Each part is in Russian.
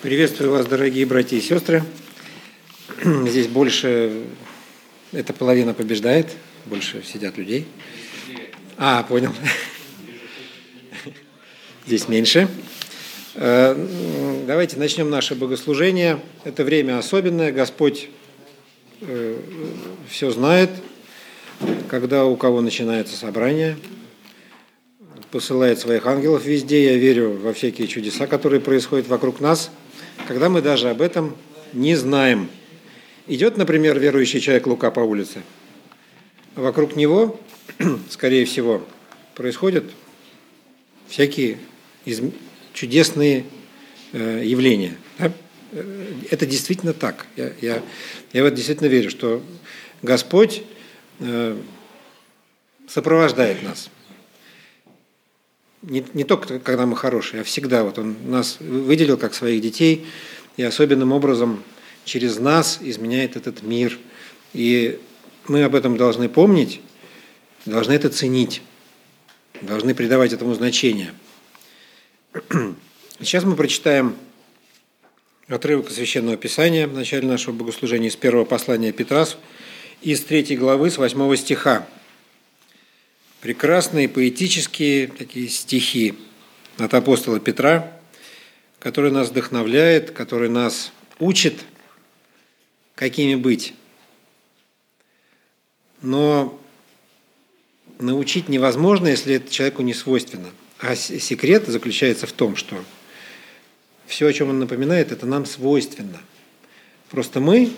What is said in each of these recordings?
Приветствую вас, дорогие братья и сестры. Здесь больше, эта половина побеждает, больше сидят людей. Понял. Здесь меньше. Давайте начнем наше богослужение. Это время особенное. Господь все знает, когда у кого начинается собрание. Посылает своих ангелов везде. Я верю во всякие чудеса, которые происходят вокруг нас, когда мы даже об этом не знаем. Идет, например, верующий человек Лука по улице. Вокруг него, скорее всего, происходят всякие чудесные явления. Да? Это действительно так. Я в это действительно верю, что Господь сопровождает нас. Не только когда мы хорошие, а всегда. Вот Он нас выделил как своих детей и особенным образом через нас изменяет этот мир. И мы об этом должны помнить, должны это ценить, должны придавать этому значение. Сейчас мы прочитаем отрывок из Священного Писания в начале нашего богослужения из первого послания Петра, из 3 главы, с 8 стиха. Прекрасные поэтические такие стихи от апостола Петра, который нас вдохновляет, который нас учит, какими быть. Но научить невозможно, если это человеку не свойственно. А секрет заключается в том, что все, о чем он напоминает, это нам свойственно. Просто мы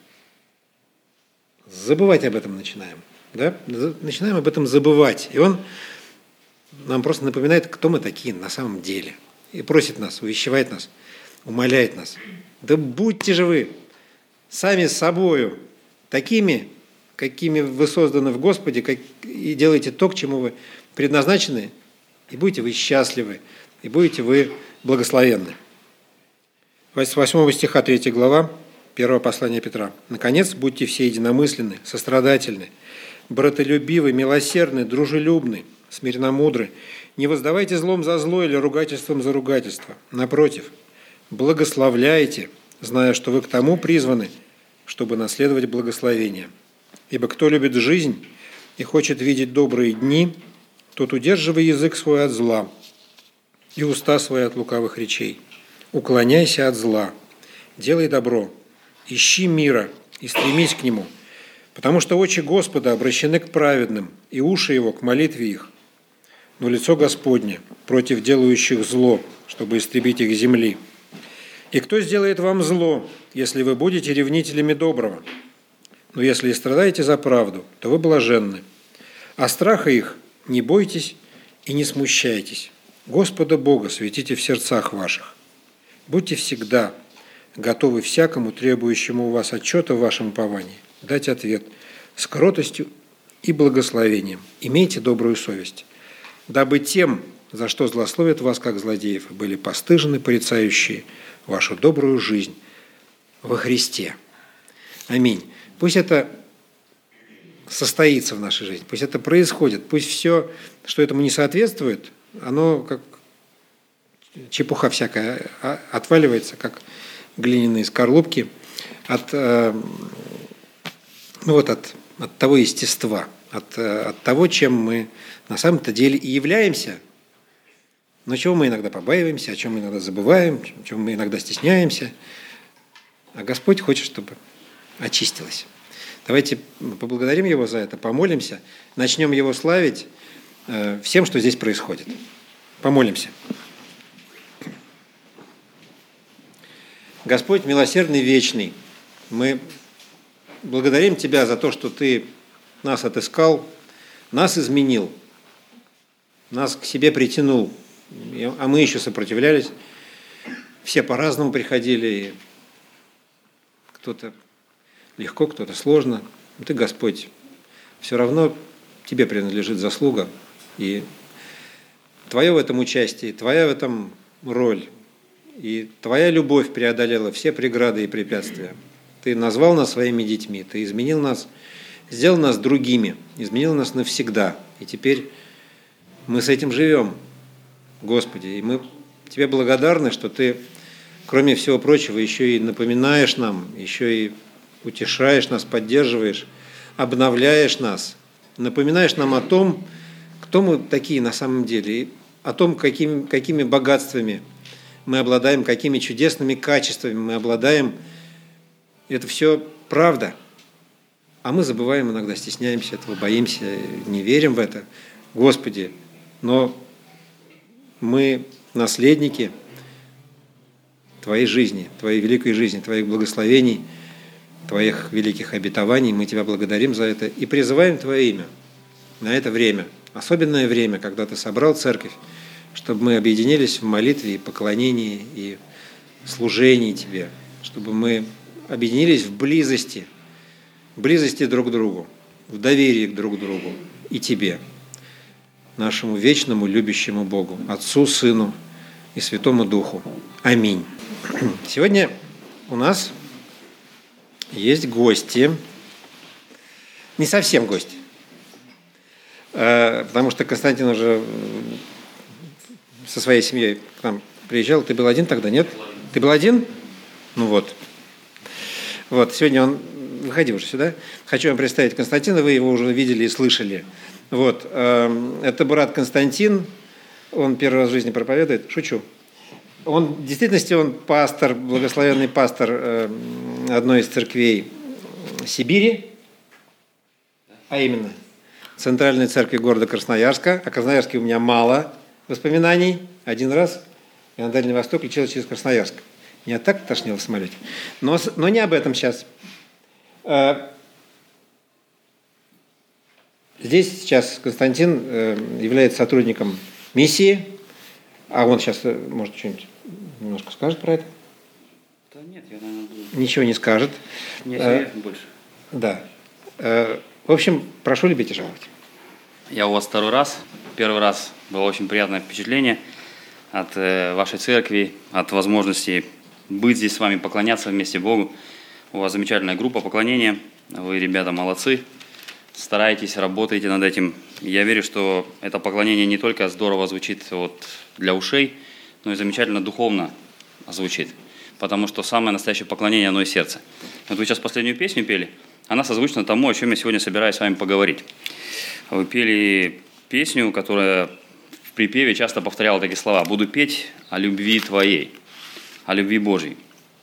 забывать об этом начинаем. Да? Начинаем об этом забывать. И он нам просто напоминает, кто мы такие на самом деле. И просит нас, увещевает нас, умоляет нас. Да будьте же вы сами с собою такими, какими вы созданы в Господе, и делайте то, к чему вы предназначены, и будете вы счастливы, и будете вы благословенны. С 8 стиха 3 глава, 1 послания Петра. «Наконец, будьте все единомысленны, сострадательны, братолюбивы, милосердны, дружелюбны, смиренномудры. Не воздавайте злом за зло или ругательством за ругательство. Напротив, благословляйте, зная, что вы к тому призваны, чтобы наследовать благословение. Ибо кто любит жизнь и хочет видеть добрые дни, тот удерживай язык свой от зла и уста свои от лукавых речей. Уклоняйся от зла, делай добро, ищи мира и стремись к нему, потому что очи Господа обращены к праведным, и уши Его к молитве их. Но лицо Господне против делающих зло, чтобы истребить их земли. И кто сделает вам зло, если вы будете ревнителями доброго? Но если и страдаете за правду, то вы блаженны. А страха их не бойтесь и не смущайтесь. Господа Бога светите в сердцах ваших. Будьте всегда готовы всякому, требующему у вас отчета в вашем уповании, дать ответ с кротостью и благословением. Имейте добрую совесть, дабы тем, за что злословят вас, как злодеев, были постыжены порицающие вашу добрую жизнь во Христе». Аминь. Пусть это состоится в нашей жизни, пусть это происходит, пусть все, что этому не соответствует, оно как чепуха всякая отваливается, как глиняные скорлупки от того естества, от того, чем мы на самом-то деле и являемся, но чего мы иногда побаиваемся, о чем мы иногда забываем, о чем мы иногда стесняемся. А Господь хочет, чтобы очистилось. Давайте поблагодарим Его за это, помолимся, начнем Его славить всем, что здесь происходит. Помолимся. Господь милосердный, вечный, мы благодарим Тебя за то, что Ты нас отыскал, нас изменил, нас к себе притянул, а мы еще сопротивлялись. Все по-разному приходили, и кто-то легко, кто-то сложно. Но Ты, Господь, все равно Тебе принадлежит заслуга, и Твое в этом участие, Твоя в этом роль, и Твоя любовь преодолела все преграды и препятствия. Ты назвал нас своими детьми, Ты изменил нас, сделал нас другими, изменил нас навсегда. И теперь мы с этим живем, Господи. И мы Тебе благодарны, что Ты кроме всего прочего, еще и напоминаешь нам, еще и утешаешь нас, поддерживаешь, обновляешь нас, напоминаешь нам о том, кто мы такие на самом деле, и о том, какими богатствами мы обладаем, какими чудесными качествами мы обладаем. Это все правда. А мы забываем иногда, стесняемся этого, боимся, не верим в это. Господи, но мы наследники Твоей жизни, Твоей великой жизни, Твоих благословений, Твоих великих обетований. Мы Тебя благодарим за это и призываем Твое имя на это время, особенное время, когда Ты собрал церковь, чтобы мы объединились в молитве и поклонении и служении Тебе, чтобы мы объединились в близости друг к другу, в доверии друг к другу и Тебе, нашему вечному любящему Богу, Отцу, Сыну и Святому Духу. Аминь. Сегодня у нас есть гости, не совсем гости, потому что Константин уже со своей семьей к нам приезжал. Ты был один тогда, нет? Ты был один? Ну вот. Вот, сегодня он... Выходи уже сюда. Хочу вам представить Константина, вы его уже видели и слышали. Вот, это брат Константин, он первый раз в жизни проповедует. Шучу. Он, в действительности, он пастор, благословенный пастор одной из церквей Сибири, а именно Центральной церкви города Красноярска. О Красноярске у меня мало воспоминаний. Один раз я на Дальний Восток летел через Красноярск. Меня так тошнило в самолете. Но не об этом сейчас. Здесь сейчас Константин является сотрудником миссии, а он сейчас, может, что-нибудь немножко скажет про это? Да нет, я, наверное, буду... Ничего не скажет. Нет, больше. Да. В общем, прошу любить и жаловать. Я у вас второй раз. Первый раз было очень приятное впечатление от вашей церкви, от возможности быть здесь с вами, поклоняться вместе Богу. У вас замечательная группа поклонения, вы, ребята, молодцы, стараетесь, работаете над этим. Я верю, что это поклонение не только здорово звучит вот для ушей, но и замечательно духовно звучит, потому что самое настоящее поклонение, оно и сердце. Вот вы сейчас последнюю песню пели, она созвучна тому, о чем я сегодня собираюсь с вами поговорить. Вы пели песню, которая в припеве часто повторяла такие слова: «Буду петь о любви Твоей, о любви Божьей».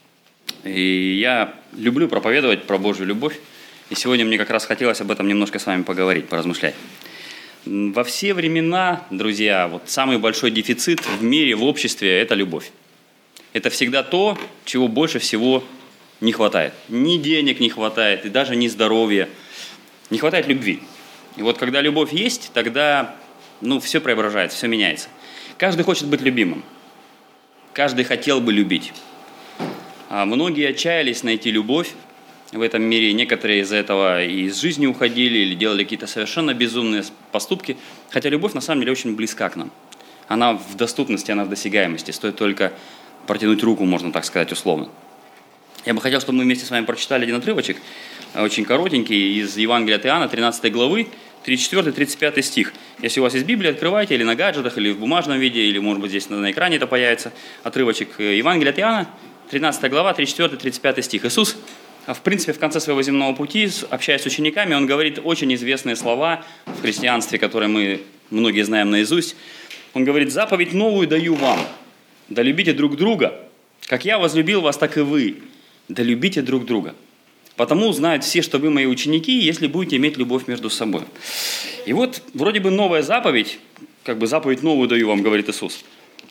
И я люблю проповедовать про Божью любовь, и сегодня мне как раз хотелось об этом немножко с вами поговорить, поразмышлять. Во все времена, друзья, вот самый большой дефицит в мире, в обществе – это любовь. Это всегда то, чего больше всего не хватает. Ни денег не хватает, и даже ни здоровья. Не хватает любви. И вот когда любовь есть, тогда все преображается, все меняется. Каждый хочет быть любимым. Каждый хотел бы любить. А многие отчаялись найти любовь в этом мире. Некоторые из-за этого и из жизни уходили или делали какие-то совершенно безумные поступки. Хотя любовь на самом деле очень близка к нам. Она в доступности, она в досягаемости. Стоит только протянуть руку, можно так сказать, условно. Я бы хотел, чтобы мы вместе с вами прочитали один отрывочек, очень коротенький, из Евангелия от Иоанна, 13 главы, 34-35 стих. Если у вас есть Библия, открывайте, или на гаджетах, или в бумажном виде, или, может быть, здесь на экране это появится. Отрывочек Евангелия от Иоанна, 13 глава, 34-35 стих. Иисус, в принципе, в конце своего земного пути, общаясь с учениками, он говорит очень известные слова в христианстве, которые мы многие знаем наизусть. Он говорит: «Заповедь новую даю вам, да любите друг друга, как я возлюбил вас, так и вы, да любите друг друга. Потому узнают все, что вы мои ученики, если будете иметь любовь между собой». И вот вроде бы новая заповедь, как бы заповедь новую даю вам, говорит Иисус.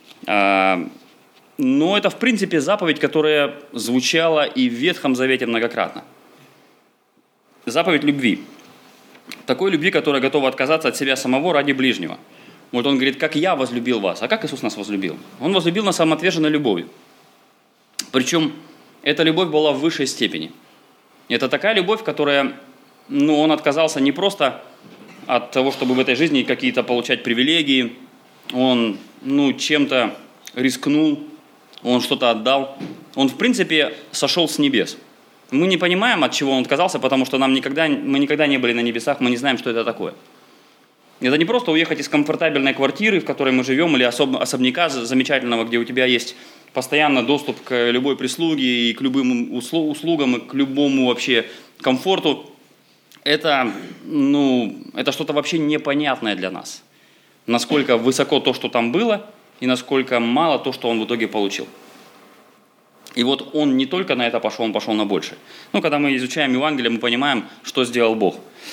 Но это, в принципе, заповедь, которая звучала и в Ветхом Завете многократно. Заповедь любви. Такой любви, которая готова отказаться от себя самого ради ближнего. Вот он говорит: «Как я возлюбил вас». А как Иисус нас возлюбил? Он возлюбил нас самоотверженной любовью. Причем эта любовь была в высшей степени. Это такая любовь, которая, он отказался не просто от того, чтобы в этой жизни какие-то получать привилегии. Он, чем-то рискнул, он что-то отдал. Он, в принципе, сошел с небес. Мы не понимаем, от чего он отказался, потому что мы никогда не были на небесах, мы не знаем, что это такое. Это не просто уехать из комфортабельной квартиры, в которой мы живем, или особняка замечательного, где у тебя есть постоянно доступ к любой прислуге и к любым услугам, и к любому вообще комфорту, это что-то вообще непонятное для нас. Насколько высоко то, что там было, и насколько мало то, что он в итоге получил. И вот он не только на это пошел, он пошел на больше. Когда мы изучаем Евангелие, мы понимаем, что сделал Бог.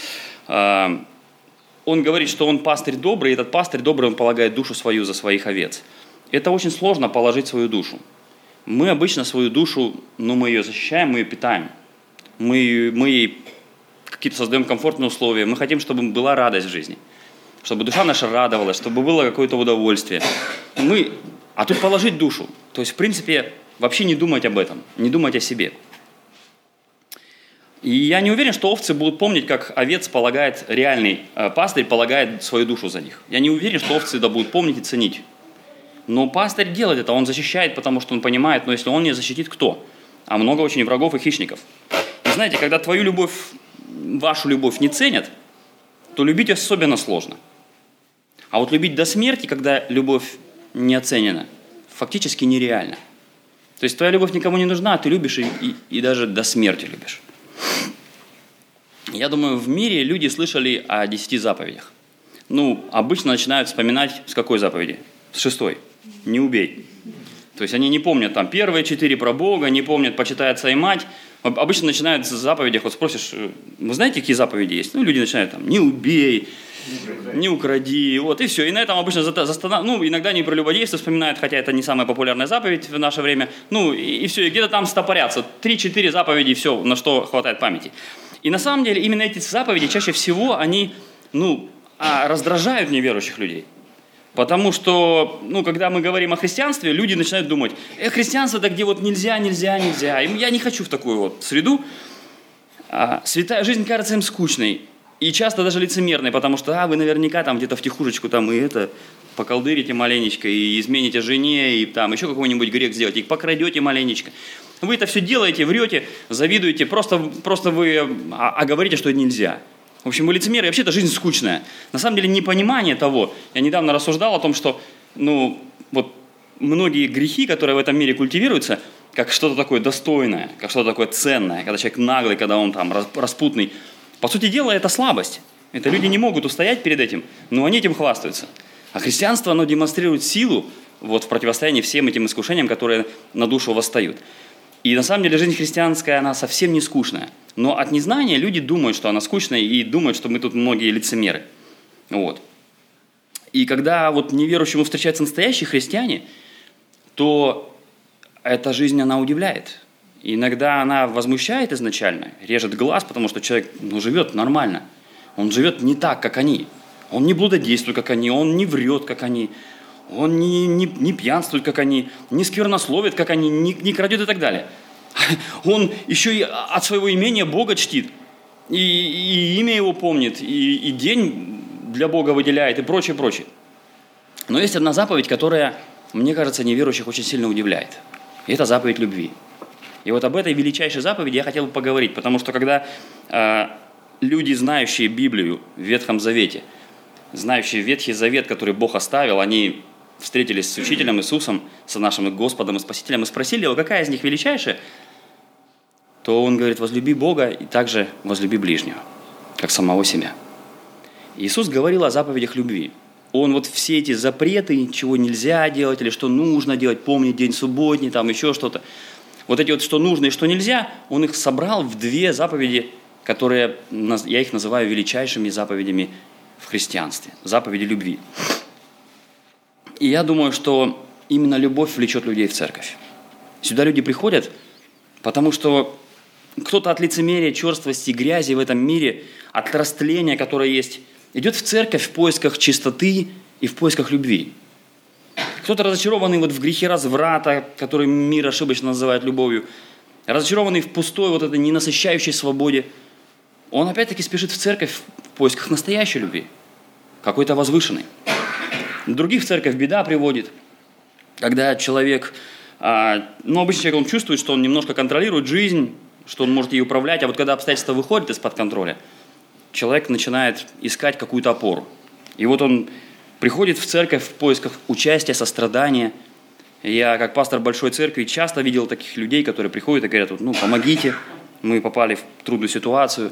Он говорит, что он пастырь добрый, и этот пастырь добрый, он полагает душу свою за своих овец. Это очень сложно положить свою душу. Мы обычно свою душу, мы ее защищаем, мы ее питаем. Мы ей какие-то создаем комфортные условия. Мы хотим, чтобы была радость в жизни. Чтобы душа наша радовалась, чтобы было какое-то удовольствие. А тут положить душу. То есть, в принципе, вообще не думать об этом, не думать о себе. И я не уверен, что овцы будут помнить, как овец полагает, реальный пастырь полагает свою душу за них. Я не уверен, что овцы это будут помнить и ценить. Но пастырь делает это, он защищает, потому что он понимает, но если он не защитит, кто? А много очень врагов и хищников. И знаете, когда твою любовь, вашу любовь не ценят, то любить особенно сложно. А вот любить до смерти, когда любовь не оценена, фактически нереально. То есть твоя любовь никому не нужна, а ты любишь и даже до смерти любишь. Я думаю, в мире люди слышали о 10 заповедях. Обычно начинают вспоминать с какой заповеди? С 6. Не убей. То есть они не помнят там первые 4 про Бога, не помнят почитай отца и мать. Обычно начинают с заповедей, вот спросишь, вы знаете, какие заповеди есть? Люди начинают там, не убей, не укради, и все. И на этом обычно иногда не про любодейство вспоминают, хотя это не самая популярная заповедь в наше время. И все, и где-то там стопорятся. 3-4 заповеди, все, на что хватает памяти. И на самом деле именно эти заповеди чаще всего, они, раздражают неверующих людей. Потому что, когда мы говорим о христианстве, люди начинают думать, христианство это где нельзя. И я не хочу в такую среду. Святая жизнь кажется им скучной. И часто даже лицемерной, потому что вы наверняка там где-то втихушечку поколдырите маленечко, и измените жене, и там еще какой-нибудь грех сделаете, и покрадете маленечко. Вы это все делаете, врете, завидуете, просто вы говорите, что это нельзя. В общем, вы лицемеры, и вообще-то жизнь скучная. На самом деле непонимание того, я недавно рассуждал о том, что многие грехи, которые в этом мире культивируются, как что-то такое достойное, как что-то такое ценное, когда человек наглый, когда он там распутный, по сути дела, это слабость. Это люди не могут устоять перед этим, но они этим хвастаются. А христианство, оно демонстрирует силу в противостоянии всем этим искушениям, которые на душу восстают. И на самом деле жизнь христианская, она совсем не скучная. Но от незнания люди думают, что она скучная, и думают, что мы тут многие лицемеры. И когда неверующему встречаются настоящие христиане, то эта жизнь, она удивляет. Иногда она возмущает изначально, режет глаз, потому что человек живет нормально. Он живет не так, как они. Он не блудодействует, как они, он не врет, как они, он не пьянствует, как они, не сквернословит, как они, не крадет и так далее. Он еще и от своего имения Бога чтит, и имя его помнит, и день для Бога выделяет, и прочее, прочее. Но есть одна заповедь, которая, мне кажется, неверующих очень сильно удивляет. И это заповедь любви. И об этой величайшей заповеди я хотел бы поговорить, потому что когда люди, знающие Библию в Ветхом Завете, знающие Ветхий Завет, который Бог оставил, они встретились с Учителем Иисусом, с нашим Господом и Спасителем, и спросили его, какая из них величайшая, то он говорит, возлюби Бога и также возлюби ближнего, как самого себя. Иисус говорил о заповедях любви. Он все эти запреты, чего нельзя делать или что нужно делать, помнить день субботний, там еще что-то, эти что нужно и что нельзя, он их собрал в 2 заповеди, которые, я их называю величайшими заповедями в христианстве, заповеди любви. И я думаю, что именно любовь влечет людей в церковь. Сюда люди приходят, потому что кто-то от лицемерия, черствости, грязи в этом мире, от растления, которое есть, идет в церковь в поисках чистоты и в поисках любви. Кто-то разочарованный в грехе разврата, который мир ошибочно называет любовью, разочарованный в пустой этой ненасыщающей свободе, он опять-таки спешит в церковь в поисках настоящей любви, какой-то возвышенной. Других в церковь беда приводит, когда человек, обычно человек, он чувствует, что он немножко контролирует жизнь, что он может ей управлять, а когда обстоятельства выходят из-под контроля, человек начинает искать какую-то опору. И он приходит в церковь в поисках участия, сострадания, Я, как пастор большой церкви, часто видел таких людей, которые приходят и говорят, ну, помогите, мы попали в трудную ситуацию.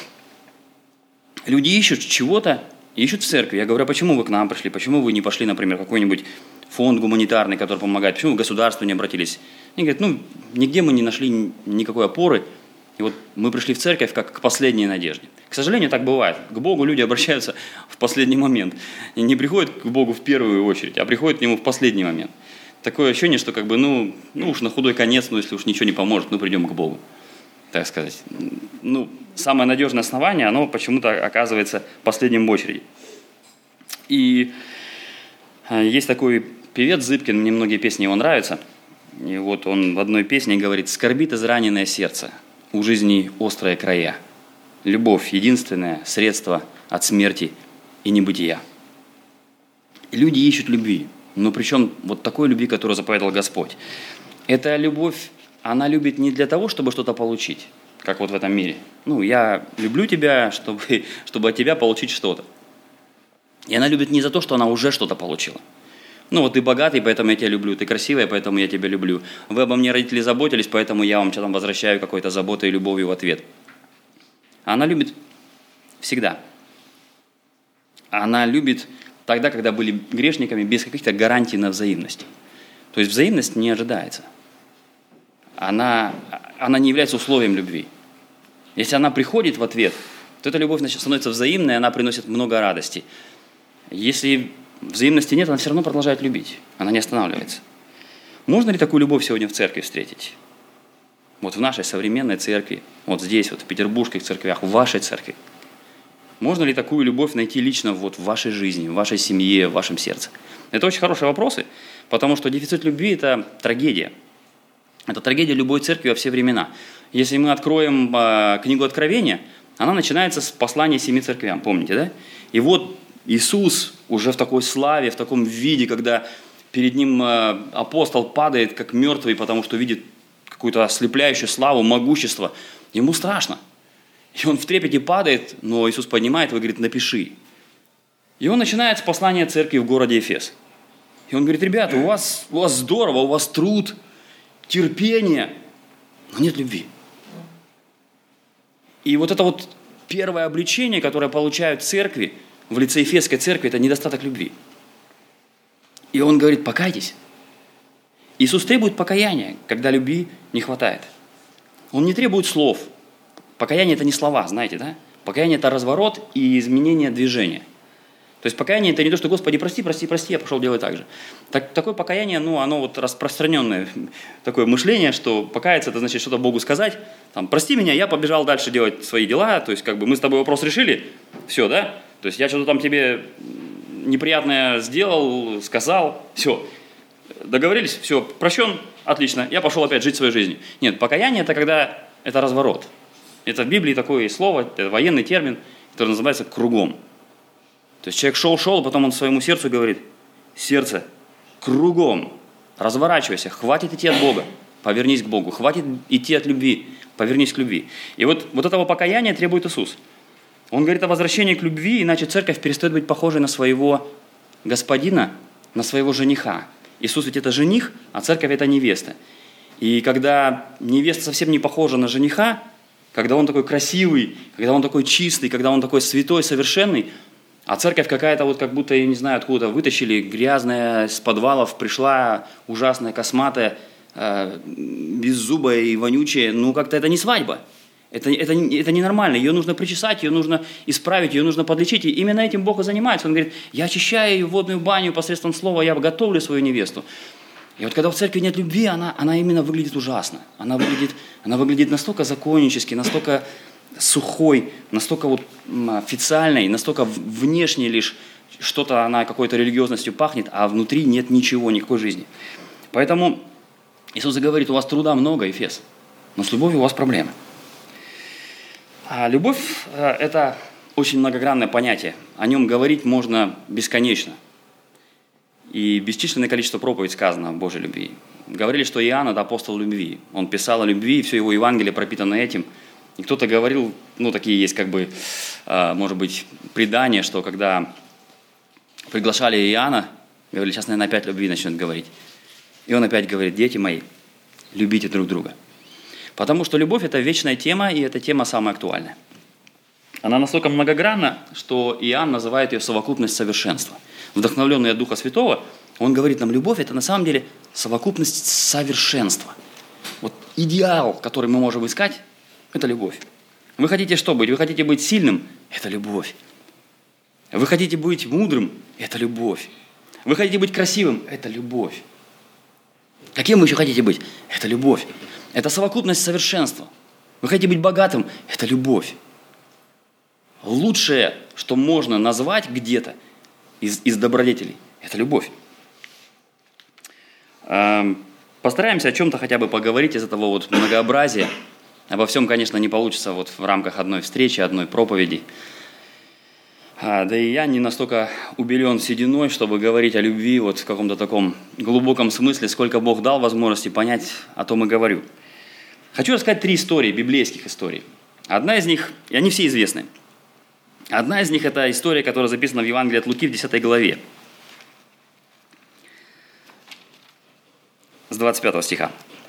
Люди ищут чего-то, ищут в церкви. Я говорю, а почему вы к нам пришли? Почему вы не пошли, например, в какой-нибудь фонд гуманитарный, который помогает? Почему вы к государству не обратились? Они говорят, нигде мы не нашли никакой опоры. И вот мы пришли в церковь как к последней надежде. К сожалению, так бывает. К Богу люди обращаются в последний момент. И не приходят к Богу в первую очередь, а приходят к Нему в последний момент. Такое ощущение, что уж на худой конец, если уж ничего не поможет, придем к Богу. Так сказать. Самое надежное основание, оно почему-то оказывается последним в очереди. И есть такой певец Зыбкин, мне многие песни его нравятся. И вот он в одной песне говорит: «Скорбит израненное сердце, у жизни острые края. Любовь – единственное средство от смерти и небытия». Люди ищут любви, но причем вот такой любви, которую заповедал Господь. Эта любовь, она любит не для того, чтобы что-то получить, как вот в этом мире. Я люблю тебя, чтобы от тебя получить что-то. И она любит не за то, что она уже что-то получила. Ты богатый, поэтому я тебя люблю, ты красивая, поэтому я тебя люблю. Вы обо мне, родители, заботились, поэтому я вам что-то возвращаю какой-то заботой и любовью в ответ. Она любит всегда. Она любит тогда, когда были грешниками, без каких-то гарантий на взаимность. То есть взаимность не ожидается. Она не является условием любви. Если она приходит в ответ, то эта любовь становится взаимной, она приносит много радости. Если взаимности нет, она все равно продолжает любить. Она не останавливается. Можно ли такую любовь сегодня в церкви встретить? Вот в нашей современной церкви, вот здесь, в петербургских церквях, в вашей церкви. Можно ли такую любовь найти лично в вашей жизни, в вашей семье, в вашем сердце? Это очень хорошие вопросы, потому что дефицит любви – это трагедия. Это трагедия любой церкви во все времена. Если мы откроем книгу Откровения, она начинается с послания 7 церквям, помните, да? И вот Иисус уже в такой славе, в таком виде, когда перед ним апостол падает как мертвый, потому что видит какую-то ослепляющую славу, могущество. Ему страшно. И он в трепете падает, но Иисус поднимает его и говорит: напиши. И он начинает с послания церкви в городе Эфес. И он говорит: ребята, у вас здорово, у вас труд, терпение, но нет любви. И вот это первое обличение, которое получают церкви, в лице Ефесской церкви, это недостаток любви. И он говорит: покайтесь. Иисус требует покаяния, когда любви не хватает. Он не требует слов. Покаяние – это не слова, знаете, да? Покаяние – это разворот и изменение движения. То есть покаяние – это не то, что «Господи, прости, я пошел делать так же». Такое покаяние, оно распространенное такое мышление, что покаяться – это значит что-то Богу сказать. Прости меня, я побежал дальше делать свои дела, то есть мы с тобой вопрос решили, все, да? То есть я что-то тебе неприятное сделал, сказал, все. Договорились, все, прощен, отлично, я пошел опять жить своей жизнью. Нет, покаяние – это когда это разворот. Это в Библии такое слово, это военный термин, который называется «кругом». То есть человек шел, а потом он своему сердцу говорит: сердце, кругом, разворачивайся, хватит идти от Бога, повернись к Богу, хватит идти от любви, повернись к любви. И вот этого покаяния требует Иисус. Он говорит о возвращении к любви, иначе церковь перестает быть похожей на своего господина, на своего жениха. Иисус ведь это жених, а церковь это невеста. И когда невеста совсем не похожа на жениха, когда он такой красивый, когда он такой чистый, когда он такой святой, совершенный, а церковь какая-то как будто, я не знаю, откуда вытащили, грязная, с подвалов пришла, ужасная, косматая, беззубая и вонючая, как-то это не свадьба. Это ненормально, ее нужно причесать, ее нужно исправить, ее нужно подлечить. И именно этим Бог и занимается. Он говорит: я очищаю ее водную баню посредством слова, я готовлю свою невесту. И когда в церкви нет любви, она именно выглядит ужасно. Она выглядит настолько законнически, настолько сухой, настолько официальной, настолько внешне лишь что-то она какой-то религиозностью пахнет, а внутри нет ничего, никакой жизни. Поэтому Иисус говорит: у вас труда много, Ефес, но с любовью у вас проблемы. А любовь – это очень многогранное понятие. О нем говорить можно бесконечно. И бесчисленное количество проповедей сказано о Божьей любви. Говорили, что Иоанн – это апостол любви. Он писал о любви, и все его Евангелие пропитано этим. И кто-то говорил, такие есть может быть, предания, что когда приглашали Иоанна, говорили: сейчас, наверное, опять любви начнет говорить. И он опять говорит: дети мои, любите друг друга. Потому что любовь – это вечная тема, и эта тема самая актуальная. Она настолько многогранна, что Иоанн называет ее совокупность совершенства. Вдохновленный от Духа Святого, он говорит нам: любовь – это на самом деле совокупность совершенства. Вот идеал, который мы можем искать – это любовь. Вы хотите что быть? Вы хотите быть сильным – это любовь. Вы хотите быть мудрым – это любовь. Вы хотите быть красивым – это любовь. Каким вы еще хотите быть? Это любовь. Это совокупность совершенства. Вы хотите быть богатым – это любовь. Лучшее, что можно назвать где-то из добродетелей – это любовь. Постараемся о чем-то хотя бы поговорить из этого вот многообразия. Обо всем, конечно, не получится вот в рамках одной встречи, одной проповеди. Да и я не настолько убелен сединой, чтобы говорить о любви вот в каком-то таком глубоком смысле, сколько Бог дал возможности понять, о том и говорю. Хочу рассказать 3 истории, библейских историй. Одна из них, и они все известны. Одна из них – это история, которая записана в Евангелии от Луки в 10 главе. С 25 стиха.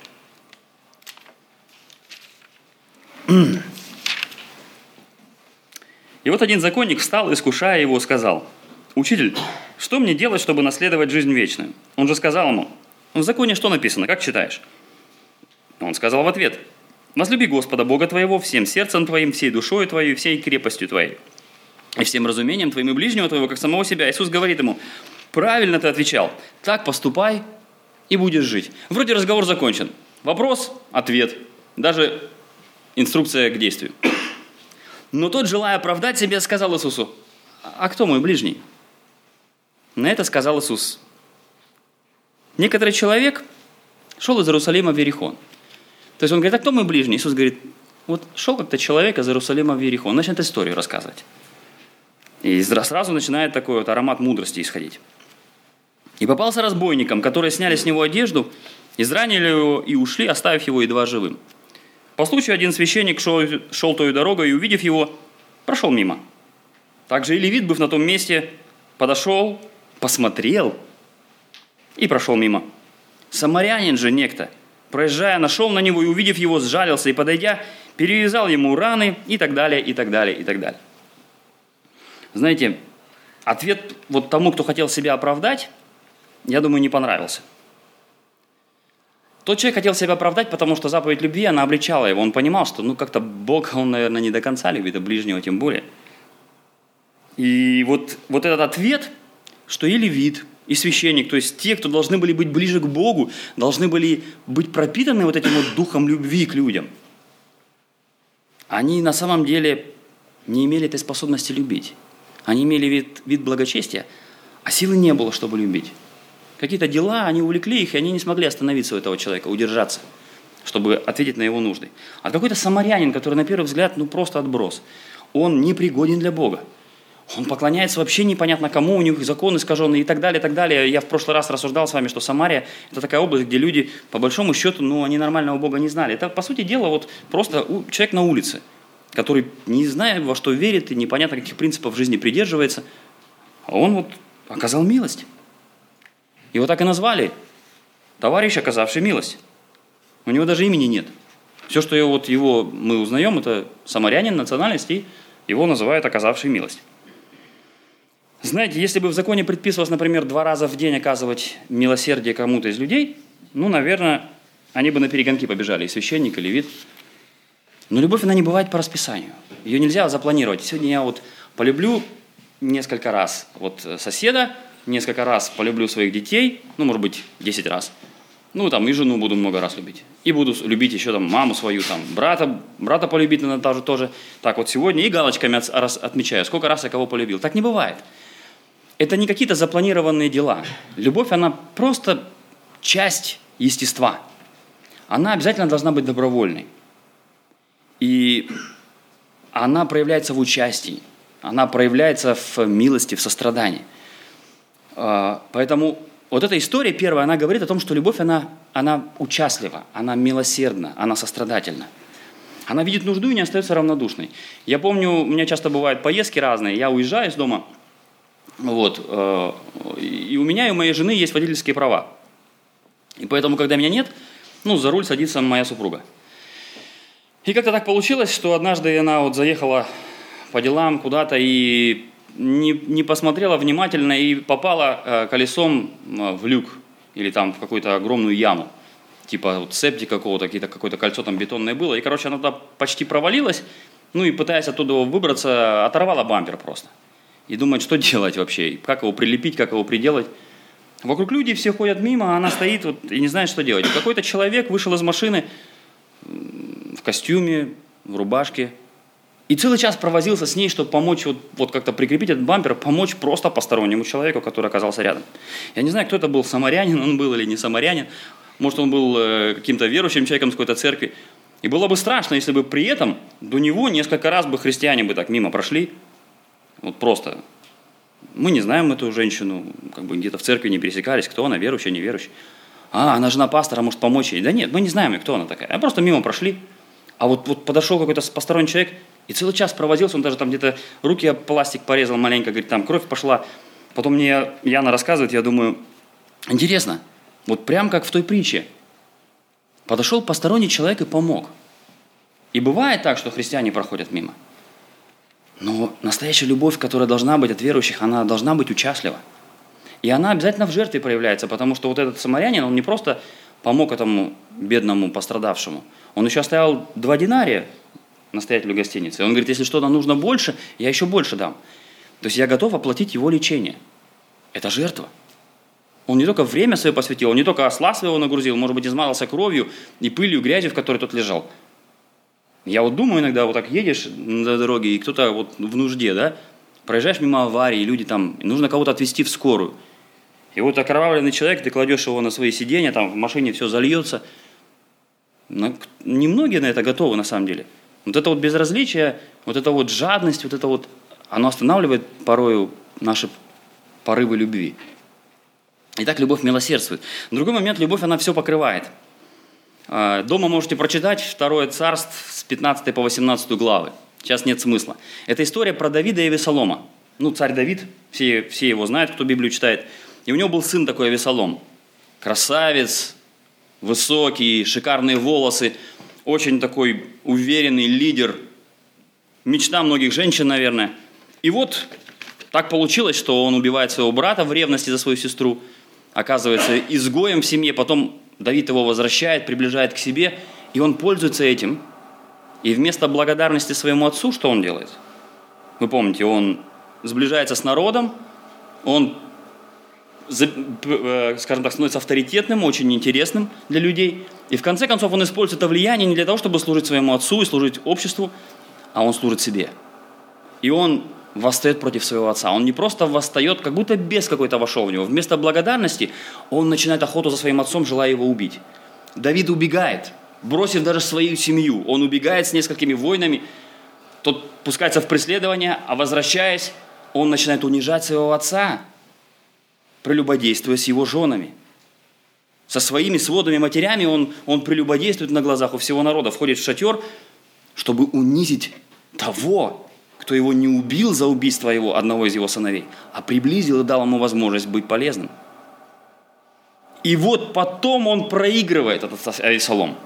И вот один законник встал, искушая его, сказал: «Учитель, что мне делать, чтобы наследовать жизнь вечную?» Он же сказал ему: «В законе что написано, как читаешь?» Он сказал в ответ: «Возлюби Господа Бога твоего всем сердцем твоим, всей душою твоей, всей крепостью твоей, и всем разумением твоим и ближнего твоего, как самого себя». Иисус говорит ему: «Правильно ты отвечал, так поступай и будешь жить». Вроде разговор закончен. Вопрос, ответ, даже инструкция к действию. Но тот, желая оправдать себя, сказал Иисусу: «А кто мой ближний?» На это сказал Иисус: «Некоторый человек шел из Иерусалима в Иерихон». То есть он говорит: «А кто мой ближний?» Иисус говорит: «Вот шел как-то человек из Иерусалима в Иерихон». Начинает историю рассказывать. И сразу начинает такой вот аромат мудрости исходить. «И попался разбойникам, которые сняли с него одежду, изранили его и ушли, оставив его едва живым. По случаю один священник шел той дорогой и, увидев его, прошел мимо. Также и левит, быв на том месте, подошел, посмотрел и прошел мимо. Самарянин же некто, проезжая, нашел на него и, увидев его, сжалился и, подойдя, перевязал ему раны и так далее, и так далее, и так далее». Знаете, ответ вот тому, кто хотел себя оправдать, я думаю, не понравился. Тот человек хотел себя оправдать, потому что заповедь любви, она обличала его. Он понимал, что как-то Бога он, наверное, не до конца любит, а ближнего тем более. И вот этот ответ, что и левит, и священник, то есть те, кто должны были быть ближе к Богу, должны были быть пропитаны вот этим вот духом любви к людям, они на самом деле не имели этой способности любить. Они имели вид благочестия, а силы не было, чтобы любить. Какие-то дела, они увлекли их, и они не смогли остановиться у этого человека, удержаться, чтобы ответить на его нужды. А какой-то самарянин, который на первый взгляд, просто отброс, он непригоден для Бога. Он поклоняется вообще непонятно кому, у них закон искаженный и так далее, и так далее. Я в прошлый раз рассуждал с вами, что Самария – это такая область, где люди, по большому счету, они нормального Бога не знали. Это, по сути дела, вот просто человек на улице, который, не зная, во что верит и непонятно каких принципов жизни придерживается, а он вот оказал милость. Его так и назвали: товарищ, оказавший милость. У него даже имени нет. Все, что его мы узнаем, это самарянин, национальность, и его называют оказавший милость. Знаете, если бы в законе предписывалось, например, 2 раза в день оказывать милосердие кому-то из людей, наверное, они бы на перегонки побежали, и священник, и левит. Но любовь, она не бывает по расписанию. Ее нельзя запланировать. Сегодня я полюблю несколько раз соседа, несколько раз полюблю своих детей, может быть, 10 раз. И жену буду много раз любить. И буду любить еще маму свою, брата полюбить надо тоже. Так вот сегодня и галочками отмечаю, сколько раз я кого полюбил. Так не бывает. Это не какие-то запланированные дела. Любовь, она просто часть естества. Она обязательно должна быть добровольной. И она проявляется в участии. Она проявляется в милости, в сострадании. Поэтому вот эта история первая, она говорит о том, что любовь, она участлива, она милосердна, она сострадательна. Она видит нужду и не остается равнодушной. Я помню, у меня часто бывают поездки разные, я уезжаю из дома, и у меня и у моей жены есть водительские права. И поэтому, когда меня нет, за руль садится моя супруга. И как-то так получилось, что однажды она вот заехала по делам куда-то и не посмотрела внимательно и попала колесом в люк или там в какую-то огромную яму. Типа вот септик какого-то, какое-то кольцо там бетонное было. И, короче, она туда почти провалилась, и пытаясь оттуда выбраться, оторвала бампер просто. И думает, что делать вообще, как его прилепить, как его приделать. Вокруг люди все ходят мимо, а она стоит и не знает, что делать. И какой-то человек вышел из машины в костюме, в рубашке, и целый час провозился с ней, чтобы помочь вот как-то прикрепить этот бампер, помочь просто постороннему человеку, который оказался рядом. Я не знаю, кто это был, самарянин он был или не самарянин, может, он был каким-то верующим человеком с какой-то церкви. И было бы страшно, если бы при этом до него несколько раз бы христиане бы так мимо прошли. Вот просто. Мы не знаем эту женщину, где-то в церкви не пересекались, кто она, верующая, неверующая. Она жена пастора, может помочь ей. Да нет, мы не знаем, кто она такая. Просто мимо прошли. А вот подошел какой-то посторонний человек и целый час провозился, он даже там где-то руки об пластик порезал маленько, говорит, там кровь пошла. Потом мне Яна рассказывает, я думаю, интересно, вот прям как в той притче. Подошел посторонний человек и помог. И бывает так, что христиане проходят мимо. Но настоящая любовь, которая должна быть от верующих, она должна быть участлива. И она обязательно в жертве проявляется, потому что вот этот самарянин, он не просто помог этому бедному пострадавшему, он еще оставил 2 динария настоятелю гостиницы. Он говорит, если что-то нужно больше, я еще больше дам. То есть я готов оплатить его лечение. Это жертва. Он не только время свое посвятил, он не только осла своего нагрузил, может быть, измазался кровью и пылью, грязью, в которой тот лежал. Я вот думаю иногда, вот так едешь на дороге, и кто-то вот в нужде, да, проезжаешь мимо аварии, люди там, нужно кого-то отвезти в скорую. И вот окровавленный человек, ты кладешь его на свои сиденья, там в машине все зальется. Но немногие на это готовы на самом деле. Вот это вот безразличие, вот эта вот жадность, вот это вот, оно останавливает порою наши порывы любви. Итак, любовь милосердствует. В другой момент любовь, она все покрывает. Дома можете прочитать 2 Царств с 15 по 18 главы. Сейчас нет смысла. Это история про Давида и Авесолома. Царь Давид, все его знают, кто Библию читает. И у него был сын такой Авесолом. Красавец, высокий, шикарные волосы, очень такой уверенный лидер. Мечта многих женщин, наверное. И вот так получилось, что он убивает своего брата в ревности за свою сестру. Оказывается изгоем в семье, потом Давид его возвращает, приближает к себе, и он пользуется этим. И вместо благодарности своему отцу, что он делает? Вы помните, он сближается с народом, он, скажем так, становится авторитетным, очень интересным для людей. И в конце концов он использует это влияние не для того, чтобы служить своему отцу и служить обществу, а он служит себе. И он восстает против своего отца. Он не просто восстает, как будто бес какой-то вошел в него. Вместо благодарности он начинает охоту за своим отцом, желая его убить. Давид убегает, бросив даже свою семью. Он убегает с несколькими воинами. Тот пускается в преследование, а возвращаясь, он начинает унижать своего отца, прелюбодействуя с его женами. Со своими сводными матерями он прелюбодействует на глазах у всего народа, входит в шатер, чтобы унизить того, кто его не убил за убийство одного из его сыновей, а приблизил и дал ему возможность быть полезным. И вот потом он проигрывает этот Авесолом.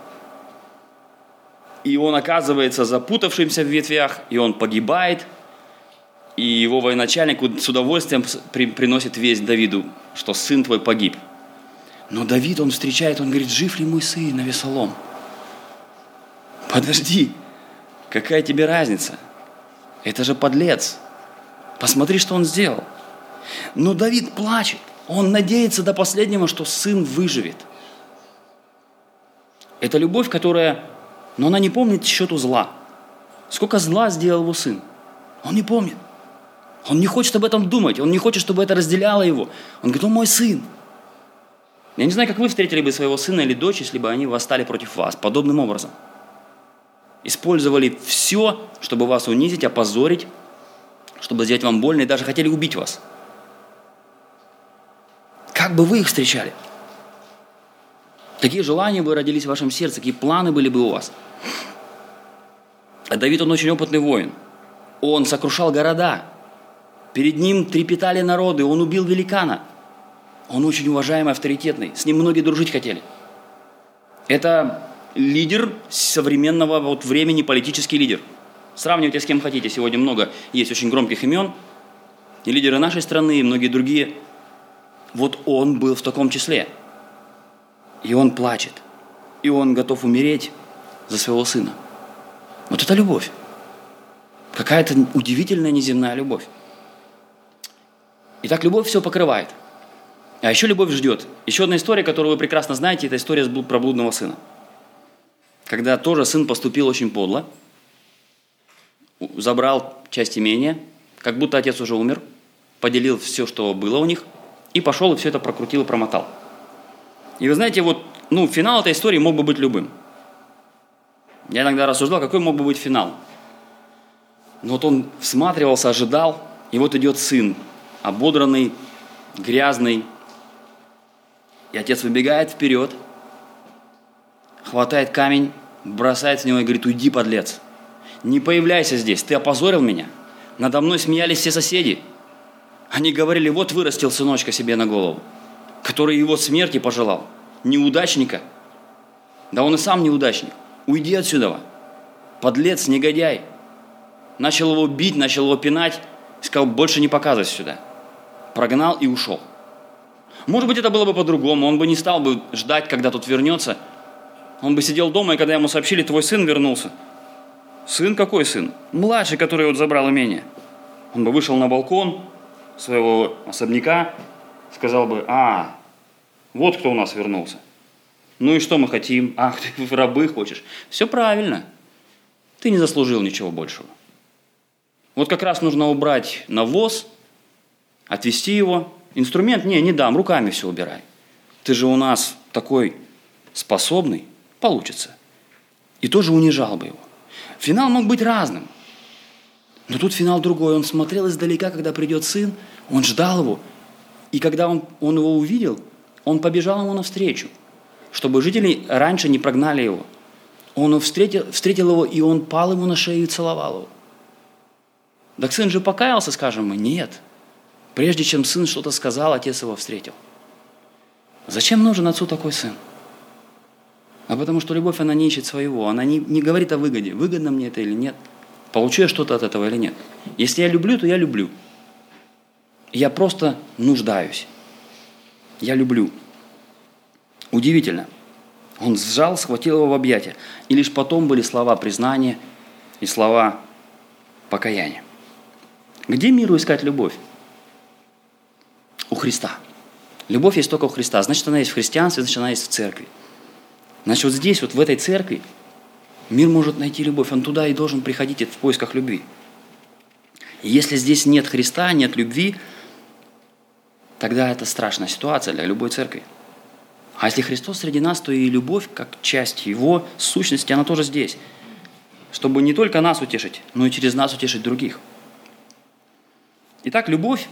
И он оказывается запутавшимся в ветвях, и он погибает, и его военачальник с удовольствием приносит весть Давиду, что сын твой погиб. Но Давид, он встречает, он говорит, жив ли мой сын Авесолом? Подожди, какая тебе разница? Это же подлец. Посмотри, что он сделал. Но Давид плачет. Он надеется до последнего, что сын выживет. Это любовь, которая... Но она не помнит счету зла. Сколько зла сделал его сын? Он не помнит. Он не хочет об этом думать. Он не хочет, чтобы это разделяло его. Он говорит, он мой сын. Я не знаю, как вы встретили бы своего сына или дочь, если бы они восстали против вас подобным образом. Использовали все, чтобы вас унизить, опозорить, чтобы сделать вам больно и даже хотели убить вас. Как бы вы их встречали? Какие желания бы родились в вашем сердце, какие планы были бы у вас? А Давид, он очень опытный воин. Он сокрушал города. Перед ним трепетали народы, он убил великана. Он очень уважаемый, авторитетный. С ним многие дружить хотели. Это лидер современного времени, политический лидер. Сравнивайте с кем хотите. Сегодня много есть очень громких имен. И лидеры нашей страны, и многие другие. Вот он был в таком числе. И он плачет. И он готов умереть за своего сына. Вот это любовь. Какая-то удивительная неземная любовь. Итак, любовь все покрывает. А еще любовь ждет. Еще одна история, которую вы прекрасно знаете, это история про блудного сына. Когда тоже сын поступил очень подло, забрал часть имения, как будто отец уже умер, поделил все, что было у них, и пошел и все это прокрутил и промотал. И вы знаете, финал этой истории мог бы быть любым. Я иногда рассуждал, какой мог бы быть финал. Но вот он всматривался, ожидал, и вот идет сын, ободранный, грязный. И отец выбегает вперед, хватает камень, бросает в него и говорит: уйди, подлец, не появляйся здесь, ты опозорил меня. Надо мной смеялись все соседи. Они говорили: вот вырастил сыночка себе на голову, который его смерти пожелал, неудачника. Да он и сам неудачник. Уйди отсюда, подлец, негодяй. Начал его бить, начал его пинать, сказал: больше не показывайся сюда. Прогнал и ушел. Может быть, это было бы по-другому, он бы не стал бы ждать, когда тот вернется. Он бы сидел дома, и когда ему сообщили: твой сын вернулся. Сын какой сын? Младший, который вот забрал имение. Он бы вышел на балкон своего особняка, сказал бы: вот кто у нас вернулся. Ну и что мы хотим? Ты в рабы хочешь? Все правильно. Ты не заслужил ничего большего. Вот как раз нужно убрать навоз, отвезти его. Инструмент не дам, руками все убирай. Ты же у нас такой способный, получится. И тоже унижал бы его. Финал мог быть разным. Но тут финал другой. Он смотрел издалека, когда придет сын, он ждал его. И когда он его увидел, он побежал ему навстречу, чтобы жители раньше не прогнали его. Он встретил его, и он пал ему на шею и целовал его. Так сын же покаялся, скажем мы? Нет. Прежде чем сын что-то сказал, отец его встретил. Зачем нужен отцу такой сын? Потому что любовь, она не ищет своего, она не говорит о выгоде. Выгодно мне это или нет? Получу я что-то от этого или нет? Если я люблю, то я люблю. Я просто нуждаюсь. Я люблю. Удивительно. Он сжал, схватил его в объятия. И лишь потом были слова признания и слова покаяния. Где миру искать любовь? У Христа. Любовь есть только у Христа. Значит, она есть в христианстве, значит, она есть в церкви. Значит, вот здесь, вот в этой церкви, мир может найти любовь. Он туда и должен приходить в поисках любви. И если здесь нет Христа, нет любви, тогда это страшная ситуация для любой церкви. А если Христос среди нас, то и любовь, как часть Его сущности, она тоже здесь. Чтобы не только нас утешить, но и через нас утешить других. Итак, любовь,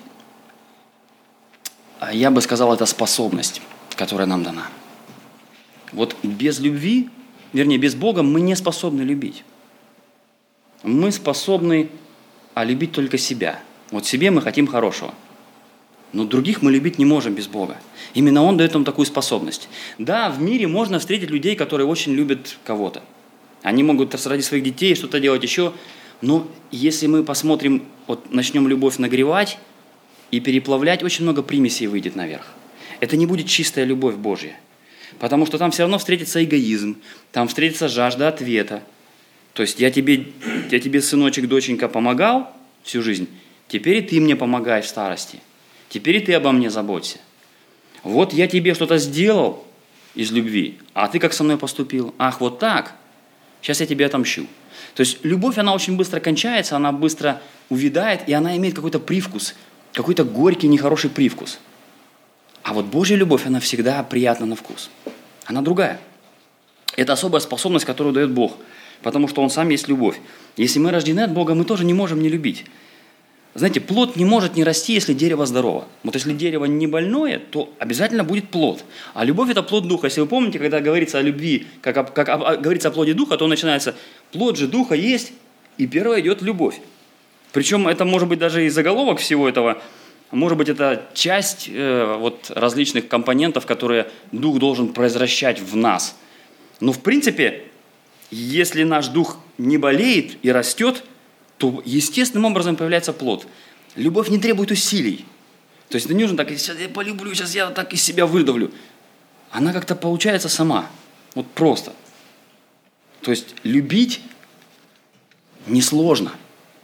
я бы сказал, это способность, которая нам дана. Вот без любви, вернее, без Бога мы не способны любить. Мы способны любить только себя. Вот себе мы хотим хорошего. Но других мы любить не можем без Бога. Именно Он дает нам такую способность. Да, в мире можно встретить людей, которые очень любят кого-то. Они могут ради своих детей что-то делать еще. Но если мы посмотрим, начнем любовь нагревать и переплавлять, очень много примесей выйдет наверх. Это не будет чистая любовь Божья. Потому что там все равно встретится эгоизм, там встретится жажда ответа. То есть я тебе, сыночек, доченька, помогал всю жизнь, теперь и ты мне помогаешь в старости. Теперь и ты обо мне заботься. Вот я тебе что-то сделал из любви, а ты как со мной поступил? Ах, вот так? Сейчас я тебе отомщу. То есть любовь, она очень быстро кончается, она быстро увядает, и она имеет какой-то привкус, какой-то горький, нехороший привкус. А вот Божья любовь, она всегда приятна на вкус. Она другая. Это особая способность, которую дает Бог, потому что Он сам есть любовь. Если мы рождены от Бога, мы тоже не можем не любить. Знаете, плод не может не расти, если дерево здорово. Вот если дерево не больное, то обязательно будет плод. А любовь – это плод Духа. Если вы помните, когда говорится о любви, как говорится о плоде Духа, то начинается: плод же Духа есть, и первое идет любовь. Причем это может быть даже и заголовок всего этого Может быть, это часть вот различных компонентов, которые Дух должен произвращать в нас. Но в принципе, если наш Дух не болеет и растет, то естественным образом появляется плод. Любовь не требует усилий. То есть не нужно так, сейчас я полюблю, сейчас я так из себя выдавлю. Она как-то получается сама. Вот просто. То есть любить несложно.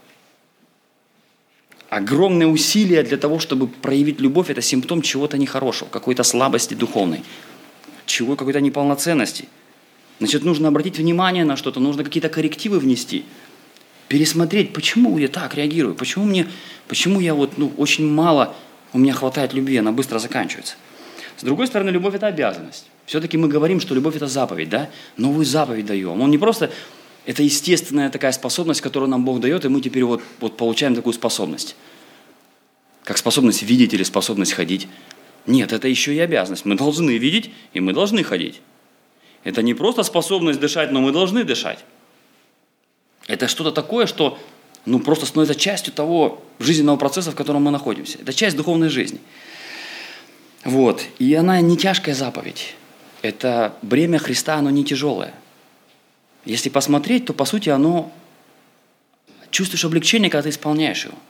Огромные усилия для того, чтобы проявить любовь, это симптом чего-то нехорошего, какой-то слабости духовной, какой-то неполноценности. Значит, нужно обратить внимание на что-то, нужно какие-то коррективы внести, пересмотреть, почему я так реагирую, почему я очень мало, у меня хватает любви, она быстро заканчивается. С другой стороны, любовь – это обязанность. Все-таки мы говорим, что любовь – это заповедь, да? Новую заповедь даем. Он не просто, это естественная такая способность, которую нам Бог дает, и мы теперь вот получаем такую способность. Как способность видеть или способность ходить. Нет, это еще и обязанность. Мы должны видеть, и мы должны ходить. Это не просто способность дышать, но мы должны дышать. Это что-то такое, что просто становится частью того жизненного процесса, в котором мы находимся. Это часть духовной жизни. Вот. И она не тяжкая заповедь. Это бремя Христа, оно не тяжелое. Если посмотреть, то по сути чувствуешь облегчение, когда ты исполняешь его.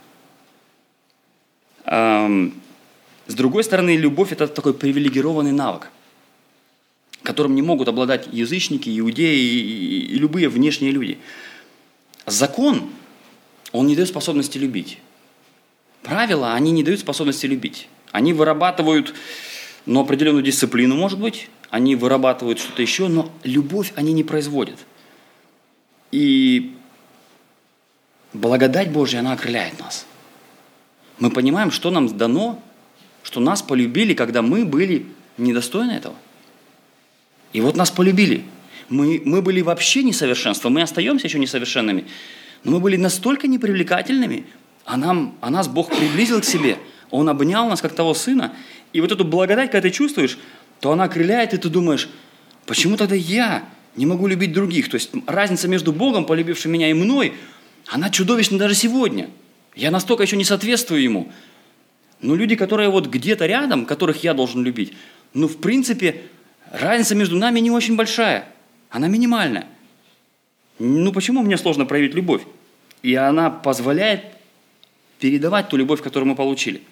С другой стороны, любовь – это такой привилегированный навык, которым не могут обладать язычники, иудеи и любые внешние люди. Закон, он не дает способности любить. Правила, они не дают способности любить. Они вырабатывают определенную дисциплину, может быть, они вырабатывают что-то еще, но любовь они не производят. И благодать Божья, она окрыляет нас. Мы понимаем, что нам дано, что нас полюбили, когда мы были недостойны этого. И вот нас полюбили. Мы были вообще несовершенством, мы остаемся еще несовершенными, но мы были настолько непривлекательными, а нас Бог приблизил к себе, Он обнял нас, как того сына, и вот эту благодать, когда ты чувствуешь, то она окрыляет, и ты думаешь, почему тогда я не могу любить других? То есть разница между Богом, полюбившим меня, и мной, она чудовищна даже сегодня. Я настолько еще не соответствую Ему. Но люди, которые вот где-то рядом, которых я должен любить, в принципе, разница между нами не очень большая. Она минимальная. Почему мне сложно проявить любовь? И она позволяет передавать ту любовь, которую мы получили.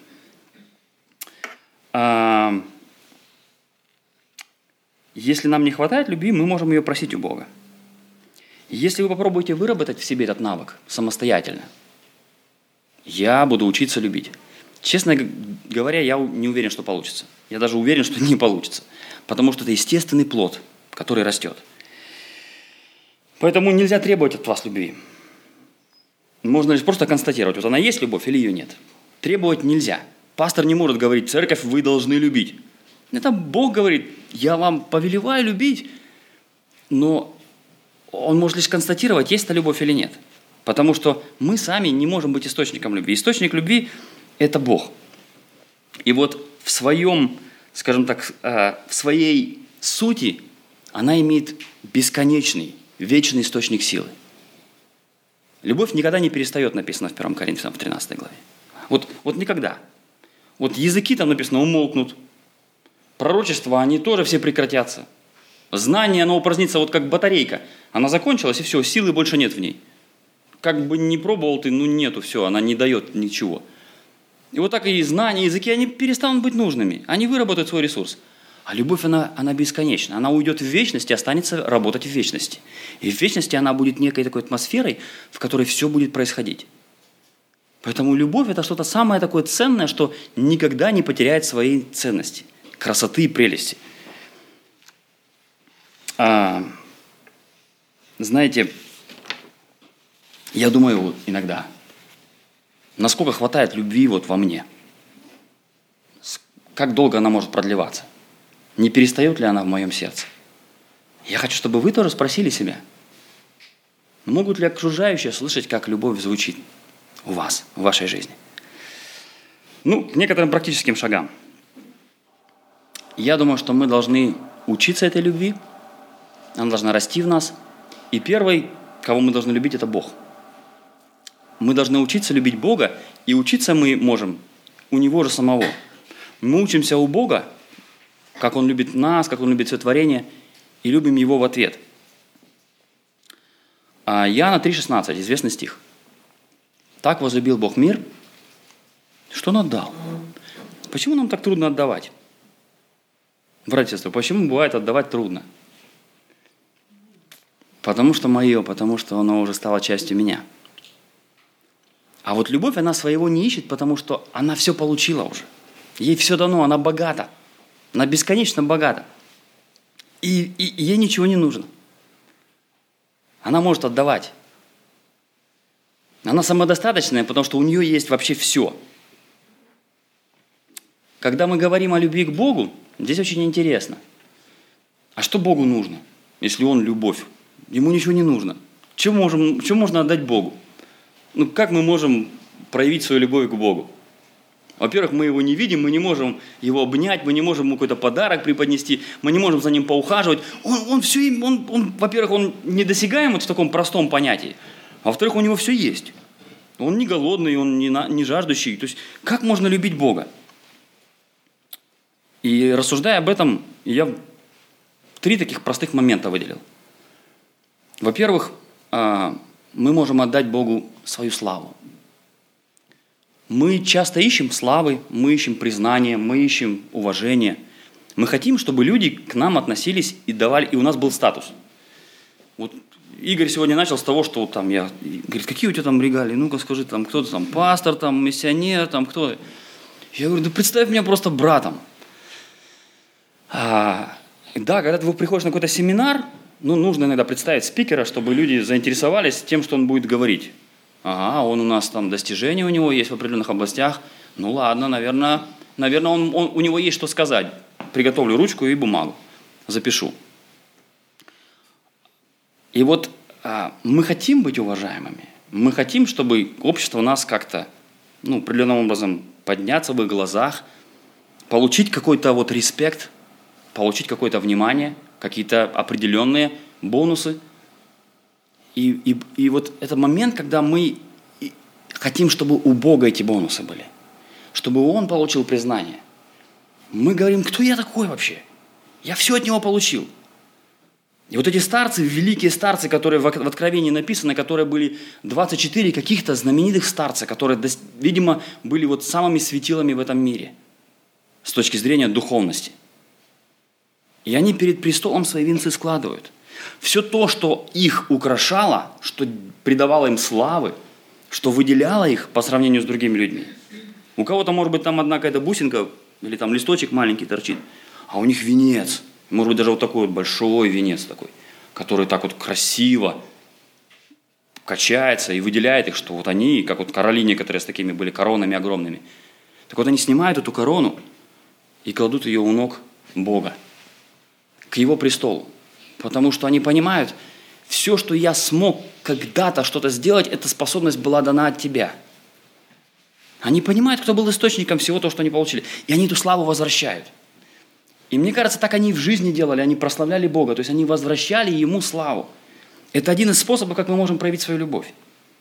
Если нам не хватает любви, мы можем ее просить у Бога. Если вы попробуете выработать в себе этот навык самостоятельно, я буду учиться любить. Честно говоря, я не уверен, что получится. Я даже уверен, что не получится. Потому что это естественный плод, который растет. Поэтому нельзя требовать от вас любви. Можно лишь просто констатировать, вот она есть любовь или ее нет. Требовать нельзя. Пастор не может говорить, церковь, вы должны любить. Это Бог говорит, я вам повелеваю любить, но Он может лишь констатировать, есть эта любовь или нет. Потому что мы сами не можем быть источником любви. Источник любви – это Бог. И вот в своем, скажем так, в своей сути она имеет бесконечный, вечный источник силы. Любовь никогда не перестает, написано в 1 Коринфянам в 13 главе. Вот никогда. Вот языки там написано умолкнут, пророчества, они тоже все прекратятся. Знание, оно упразднится вот как батарейка. Она закончилась, и все, силы больше нет в ней. Как бы ни пробовал ты, нету, все, она не дает ничего. И вот так и знания, языки, они перестанут быть нужными. Они выработают свой ресурс. А любовь, она бесконечна. Она уйдет в вечность и останется работать в вечности. И в вечности она будет некой такой атмосферой, в которой все будет происходить. Поэтому любовь – это что-то самое такое ценное, что никогда не потеряет своей ценности, красоты и прелести. Знаете, я думаю иногда, насколько хватает любви во мне? Как долго она может продлеваться? Не перестает ли она в моем сердце? Я хочу, чтобы вы тоже спросили себя, могут ли окружающие слышать, как любовь звучит у вас, в вашей жизни? К некоторым практическим шагам. Я думаю, что мы должны учиться этой любви, она должна расти в нас. И первый, кого мы должны любить, это Бог. Мы должны учиться любить Бога, и учиться мы можем у Него же самого. Мы учимся у Бога, как Он любит нас, как Он любит все творение, и любим Его в ответ. Иоанна 3,16, известный стих. «Так возлюбил Бог мир, что Он отдал». Почему нам так трудно отдавать? Братья и сестры, почему бывает отдавать трудно? Потому что мое, потому что оно уже стало частью меня. А вот любовь, она своего не ищет, потому что она все получила уже. Ей все дано, она богата. Она бесконечно богата. И ей ничего не нужно. Она может отдавать. Она самодостаточная, потому что у нее есть вообще все. Когда мы говорим о любви к Богу, здесь очень интересно. А что Богу нужно, если Он любовь? Ему ничего не нужно. Что можно отдать Богу? Как мы можем проявить свою любовь к Богу? Во-первых, мы Его не видим, мы не можем Его обнять, мы не можем Ему какой-то подарок преподнести, мы не можем за Ним поухаживать. Во-первых, Он недосягаем в таком простом понятии. А во-вторых, у Него все есть. Он не голодный, Он не жаждущий. То есть, как можно любить Бога? И рассуждая об этом, я 3 таких простых момента выделил. Во-первых, мы можем отдать Богу свою славу. Мы часто ищем славы, мы ищем признания, мы ищем уважения. Мы хотим, чтобы люди к нам относились и давали, и у нас был статус. Вот Игорь сегодня начал с того, что там говорит, какие у тебя там регалии? Ну-ка скажи, там кто-то там пастор, там миссионер, там кто? Я говорю, да представь меня просто братом. Да, когда ты приходишь на какой-то семинар, нужно иногда представить спикера, чтобы люди заинтересовались тем, что он будет говорить. Ага, он у нас там достижения у него есть в определенных областях. Ну ладно, наверное, у него есть что сказать. Приготовлю ручку и бумагу, запишу. И вот мы хотим быть уважаемыми. Мы хотим, чтобы общество нас как-то, определенным образом подняться в их глазах, получить какой-то вот респект, получить какое-то внимание, какие-то определенные бонусы. И вот это момент, когда мы хотим, чтобы у Бога эти бонусы были, чтобы Он получил признание. Мы говорим, кто я такой вообще? Я все от Него получил. И вот эти старцы, великие старцы, которые в Откровении написаны, которые были 24 каких-то знаменитых старца, которые, видимо, были вот самыми светилами в этом мире с точки зрения духовности. И они перед престолом свои венцы складывают. Все то, что их украшало, что придавало им славы, что выделяло их по сравнению с другими людьми. У кого-то, может быть, там одна какая-то бусинка или там листочек маленький торчит, а у них венец. Может быть, даже вот такой вот большой венец такой, который так вот красиво качается и выделяет их, что вот они, как вот короли некоторые с такими были коронами огромными. Так вот они снимают эту корону и кладут ее у ног Бога, к Его престолу. Потому что они понимают, все, что я смог когда-то что-то сделать, эта способность была дана от Тебя. Они понимают, кто был источником всего того, что они получили. И они эту славу возвращают. И мне кажется, так они и в жизни делали, они прославляли Бога, то есть они возвращали Ему славу. Это один из способов, как мы можем проявить свою любовь.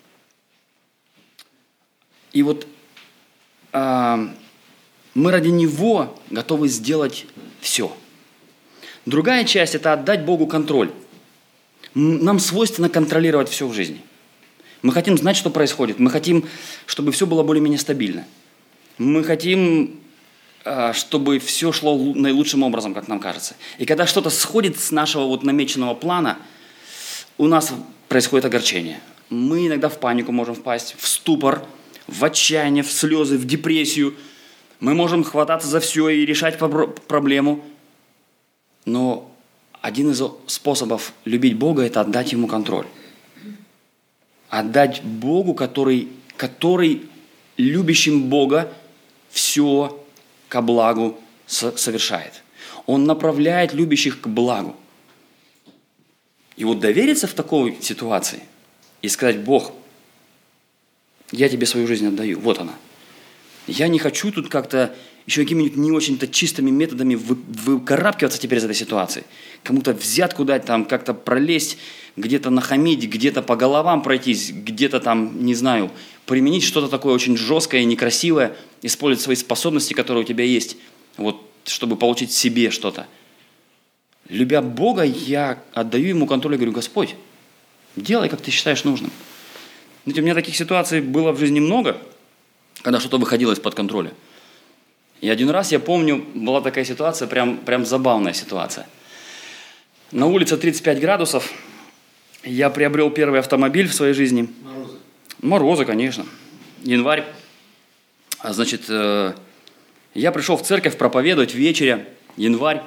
И вот мы ради Него готовы сделать все. Другая часть – это отдать Богу контроль. Нам свойственно контролировать все в жизни. Мы хотим знать, что происходит. Мы хотим, чтобы все было более-менее стабильно. Мы хотим, чтобы все шло наилучшим образом, как нам кажется. И когда что-то сходит с нашего вот намеченного плана, у нас происходит огорчение. Мы иногда в панику можем впасть, в ступор, в отчаяние, в слезы, в депрессию. Мы можем хвататься за все и решать проблему. Но один из способов любить Бога – это отдать Ему контроль. Отдать Богу, который любящим Бога все ко благу совершает. Он направляет любящих к благу. И вот довериться в такой ситуации и сказать: Бог, я Тебе свою жизнь отдаю, вот она. Я не хочу тут как-то еще какими-нибудь не очень-то чистыми методами выкарабкиваться теперь из этой ситуации. Кому-то взятку дать, там как-то пролезть, где-то нахамить, где-то по головам пройтись, где-то там, не знаю, применить что-то такое очень жесткое и некрасивое, использовать свои способности, которые у тебя есть, вот, чтобы получить себе что-то. Любя Бога, я отдаю Ему контроль и говорю: Господь, делай, как Ты считаешь нужным. Знаете, у меня таких ситуаций было в жизни много, когда что-то выходило из-под контроля. И один раз, я помню, была такая ситуация, прям забавная ситуация. На улице 35 градусов, я приобрел первый автомобиль в своей жизни. Морозы. Морозы, конечно. Январь. Значит, я пришел в церковь проповедовать в вечере, январь.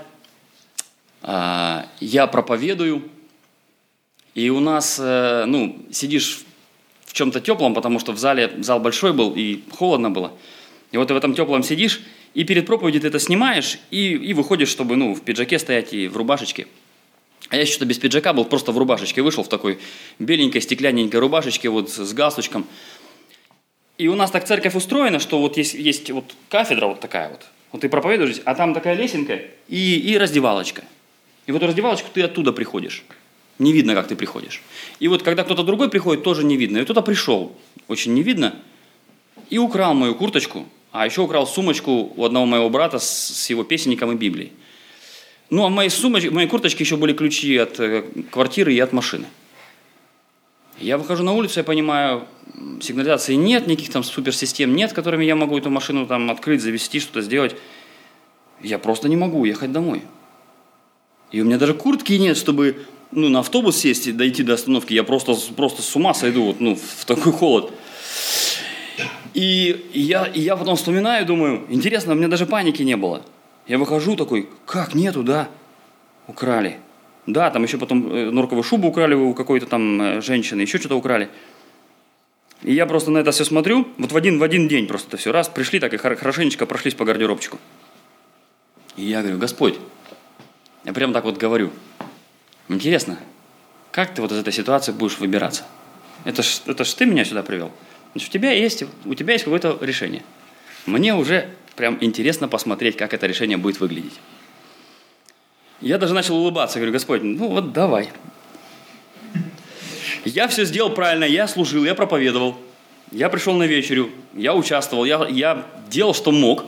Я проповедую, и у нас, сидишь в чем-то теплом, потому что в зале, зал большой был и холодно было. И вот ты в этом теплом сидишь, и перед проповедью ты это снимаешь, и выходишь, чтобы, в пиджаке стоять и в рубашечке. А я еще что-то без пиджака был, просто в рубашечке вышел, в такой беленькой, стеклянненькой рубашечке, вот с галстучком. И у нас так церковь устроена, что вот есть вот кафедра вот такая вот. Вот ты проповедуешь, а там такая лесенка и раздевалочка. И в эту раздевалочку ты оттуда приходишь. Не видно, как ты приходишь. И вот когда кто-то другой приходит, тоже не видно. И кто-то пришел, очень не видно, и украл мою курточку, а еще украл сумочку у одного моего брата с его песенником и Библией. Ну, а в моей курточке еще были ключи от квартиры и от машины. Я выхожу на улицу, я понимаю, сигнализации нет, никаких там суперсистем нет, которыми я могу эту машину там открыть, завести, что-то сделать. Я просто не могу ехать домой. И у меня даже куртки нет, чтобы на автобус сесть и дойти до остановки. Я просто с ума сойду в такой холод. И я потом вспоминаю, думаю, интересно, у меня даже паники не было. Я выхожу такой: как, нету, да? Украли. Да, там еще потом норковую шубу украли у какой-то там женщины, еще что-то украли. И я просто на это все смотрю, вот в один день просто это все. Раз, пришли так и хорошенечко прошлись по гардеробчику. И я говорю: Господь, я прям так вот говорю, интересно, как ты вот из этой ситуации будешь выбираться? Это ж ты меня сюда привел. Значит, у тебя есть какое-то решение. Мне уже прям интересно посмотреть, как это решение будет выглядеть. Я даже начал улыбаться, говорю: Господь, вот давай. Я все сделал правильно, я служил, я проповедовал, я пришел на вечерю, я участвовал, я делал, что мог.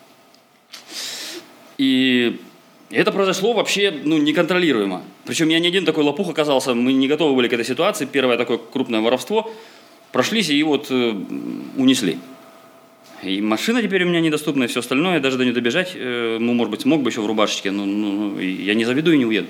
И это произошло вообще неконтролируемо. Причем я не один такой лопух оказался, мы не готовы были к этой ситуации. Первое такое крупное воровство. Прошлись и вот унесли. И машина теперь у меня недоступна, и все остальное, даже до нее добежать, может быть, смог бы еще в рубашечке, но я не заведу и не уеду.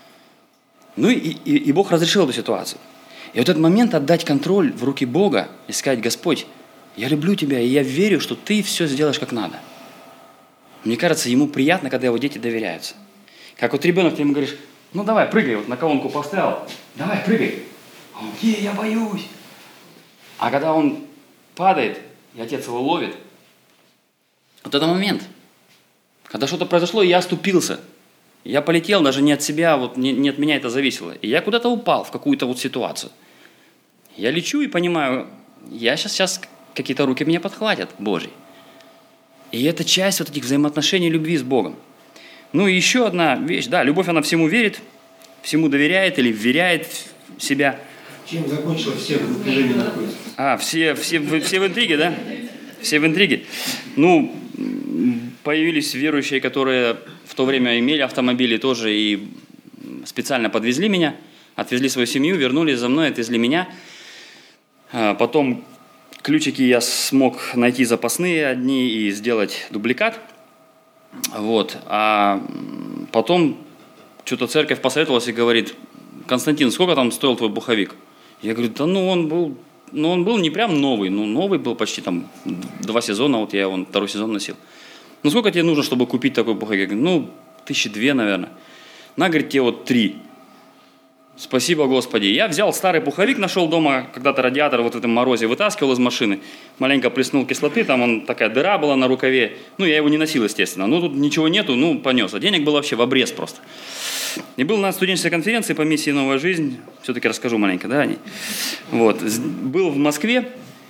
И Бог разрешил эту ситуацию. И вот этот момент отдать контроль в руки Бога и сказать: Господь, я люблю Тебя, и я верю, что Ты все сделаешь как надо. Мне кажется, Ему приятно, когда Его дети доверяются. Как вот ребенок, ты ему говоришь: давай, прыгай, вот на колонку поставил, давай, прыгай. А он: я боюсь. А когда он падает, и отец его ловит, вот это момент, когда что-то произошло, и я оступился. Я полетел даже не от себя, вот не от меня это зависело. И я куда-то упал в какую-то вот ситуацию. Я лечу и понимаю, я сейчас какие-то руки меня подхватят, Божьи. И это часть вот этих взаимоотношений любви с Богом. И еще одна вещь. Да, любовь, она всему верит, всему доверяет или вверяет себя. Чем закончилось, все в напряжении находятся. Все в интриге, да? Все в интриге. Появились верующие, которые в то время имели автомобили тоже и специально подвезли меня, отвезли свою семью, вернулись за мной, отвезли меня. Потом ключики я смог найти запасные одни и сделать дубликат. Вот. А потом что-то церковь посоветовалась и говорит: Константин, сколько там стоил твой пуховик? Я говорю: да он был не прям новый, новый был почти там 2 сезона, вот я его 2-й сезон носил. Сколько тебе нужно, чтобы купить такой пуховик? Я говорю: 1002, наверное. Говорит, тебе 3. Спасибо, Господи. Я взял старый пуховик, нашел дома, когда-то радиатор вот в этом морозе вытаскивал из машины, маленько плеснул кислоты, там такая дыра была на рукаве. Я его не носил, естественно. Тут ничего нету, понес. А денег было вообще в обрез просто. И был на студенческой конференции по миссии «Новая жизнь». Все-таки расскажу маленько, да, о ней. Вот. Был в Москве.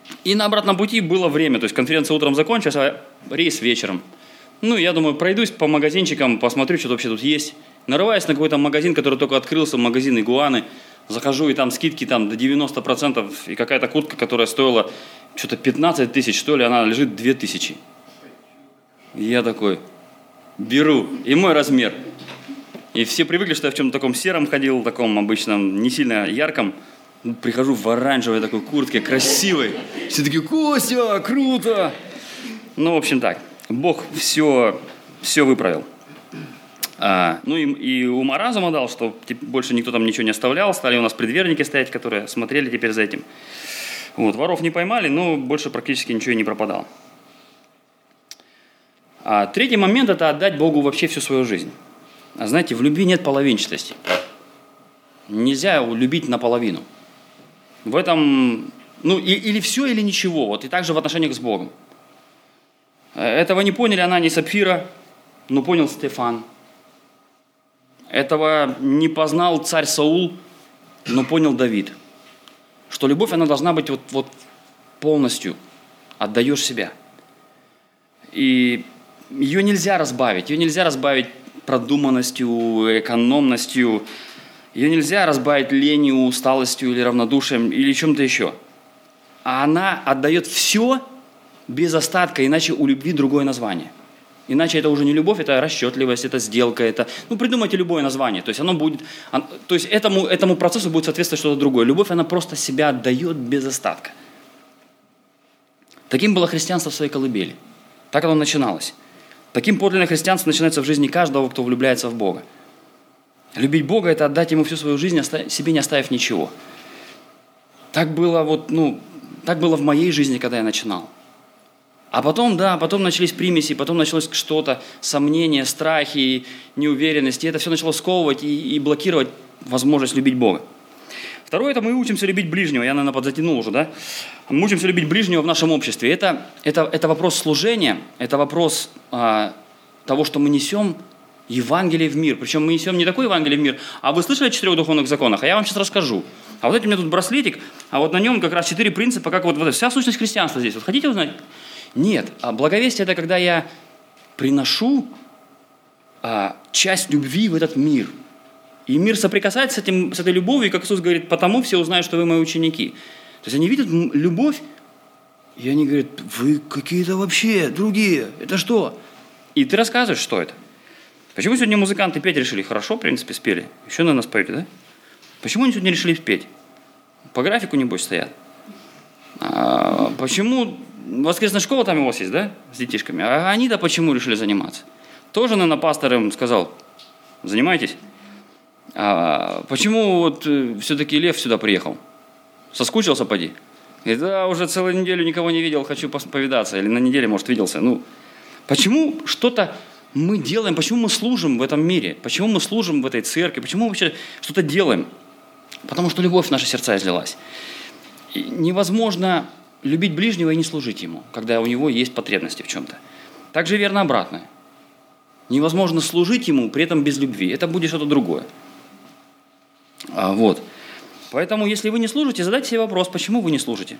И на обратном пути было время, то есть конференция утром закончилась, а рейс вечером. Ну, я думаю, пройдусь по магазинчикам, посмотрю, что вообще тут есть. Нарываюсь на какой-то магазин, который только открылся, магазин «Игуаны». Захожу, и там скидки там, до 90%, и какая-то куртка, которая стоила что-то 15 тысяч, что ли, она лежит 2000. И я такой, беру, и мой размер. И все привыкли, что я в чем-то таком сером ходил, таком обычном, не сильно ярком. Прихожу в оранжевой такой куртке, красивой. Все такие, Костя, круто! Ну, в общем так, Бог все выправил. Ну и ума разума дал, что больше никто там ничего не оставлял. Стали у нас предверники стоять, которые смотрели теперь за этим. Вот, воров не поймали, но больше практически ничего и не пропадало. Третий момент – это отдать Богу вообще всю свою жизнь. Знаете, в любви нет половинчатости. Нельзя любить наполовину. В этом, или все, или ничего. Вот и так же в отношениях с Богом. Этого не поняли Анания и Сапфира, но понял Стефан. Этого не познал царь Саул, но понял Давид. Что любовь, она должна быть вот полностью. Отдаешь себя. И ее нельзя разбавить. Ее нельзя разбавить продуманностью, экономностью. Ее нельзя разбавить ленью, усталостью или равнодушием или чем-то еще. А она отдает все без остатка, иначе у любви другое название. Иначе это уже не любовь, это расчетливость, это сделка, это... придумайте любое название. То есть оно будет... То есть этому процессу будет соответствовать что-то другое. Любовь, она просто себя отдает без остатка. Таким было христианство в своей колыбели. Так оно начиналось. Таким подлинное христианство начинается в жизни каждого, кто влюбляется в Бога. Любить Бога – это отдать Ему всю свою жизнь, себе не оставив ничего. Так было так было в моей жизни, когда я начинал. А потом начались примеси, потом началось что-то, сомнения, страхи, неуверенность. И это все начало сковывать и блокировать возможность любить Бога. Второе – это мы учимся любить ближнего. Я, наверное, подзатянул уже, да? Мы учимся любить ближнего в нашем обществе. Это вопрос служения, это вопрос того, что мы несем Евангелие в мир. Причем мы несем не такое Евангелие в мир, а вы слышали о 4 духовных законах? А я вам сейчас расскажу. А вот у меня тут браслетик, а вот на нем как раз 4 принципа, как вот вся сущность христианства здесь. Вот хотите узнать? Нет. А благовестие – это когда я приношу часть любви в этот мир. И мир соприкасается с этой любовью, и, как Иисус говорит, потому все узнают, что вы мои ученики. То есть они видят любовь, и они говорят, вы какие-то вообще другие, это что? И ты рассказываешь, что это. Почему сегодня музыканты петь решили? Хорошо, в принципе, спели. Еще на нас поете, да? Почему они сегодня решили петь? По графику, небось, стоят. Почему воскресная школа там у вас есть, да? С детишками. А они-то почему решили заниматься? Тоже, наверное, пастор им сказал, занимайтесь. Почему вот все-таки Лев сюда приехал? Соскучился, поди? Говорит, да, уже целую неделю никого не видел, хочу повидаться. Или на неделе, может, виделся. Почему что-то мы делаем, почему мы служим в этом мире? Почему мы служим в этой церкви? Почему мы вообще что-то делаем? Потому что любовь в наши сердца излилась. И невозможно любить ближнего и не служить ему, когда у него есть потребности в чем-то. Так же верно обратное. Невозможно служить ему, при этом без любви. Это будет что-то другое. Поэтому, если вы не служите, задайте себе вопрос, почему вы не служите?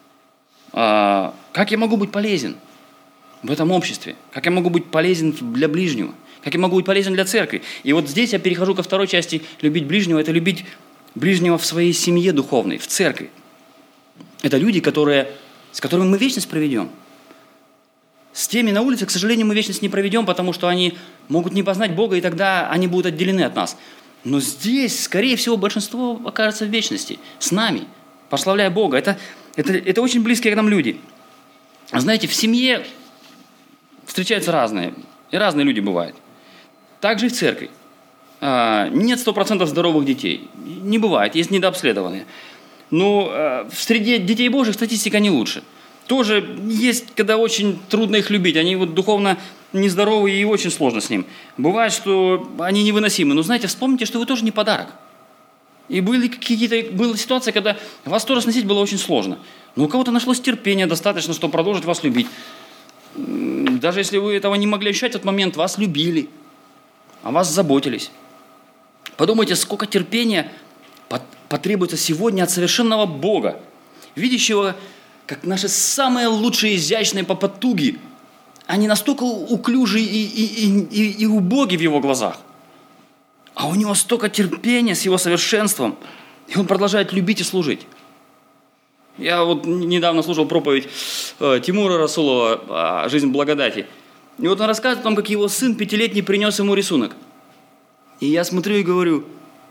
Как я могу быть полезен в этом обществе? Как я могу быть полезен для ближнего? Как я могу быть полезен для церкви? И вот здесь я перехожу ко второй части. Любить ближнего – это любить ближнего в своей семье духовной, в церкви. Это люди, с которыми мы вечность проведем. С теми на улице, к сожалению, мы вечность не проведем, потому что они могут не познать Бога, и тогда они будут отделены от нас. Но здесь, скорее всего, большинство окажется в вечности, с нами, прославляя Бога. Это очень близкие к нам люди. Знаете, в семье встречаются разные, и разные люди бывают. Так же и в церкви. Нет 100% здоровых детей. Не бывает, есть недообследованные. Но среди детей Божьих статистика не лучше. Тоже есть, когда очень трудно их любить. Они духовно нездоровые и очень сложно с ним. Бывает, что они невыносимы. Но знаете, вспомните, что вы тоже не подарок. И была ситуация, когда вас тоже сносить было очень сложно. Но у кого-то нашлось терпение достаточно, чтобы продолжить вас любить. Даже если вы этого не могли ощущать в этот момент, вас любили, о вас заботились. Подумайте, сколько терпения потребуется сегодня от совершенного Бога, видящего как наши самые лучшие изящные попотуги, они настолько уклюжи и убоги в его глазах. А у него столько терпения с его совершенством, и он продолжает любить и служить. Я вот недавно слушал проповедь Тимура Расулова о «Жизнь благодати». И вот он рассказывает о том, как его сын 5-летний принес ему рисунок. И я смотрю и говорю: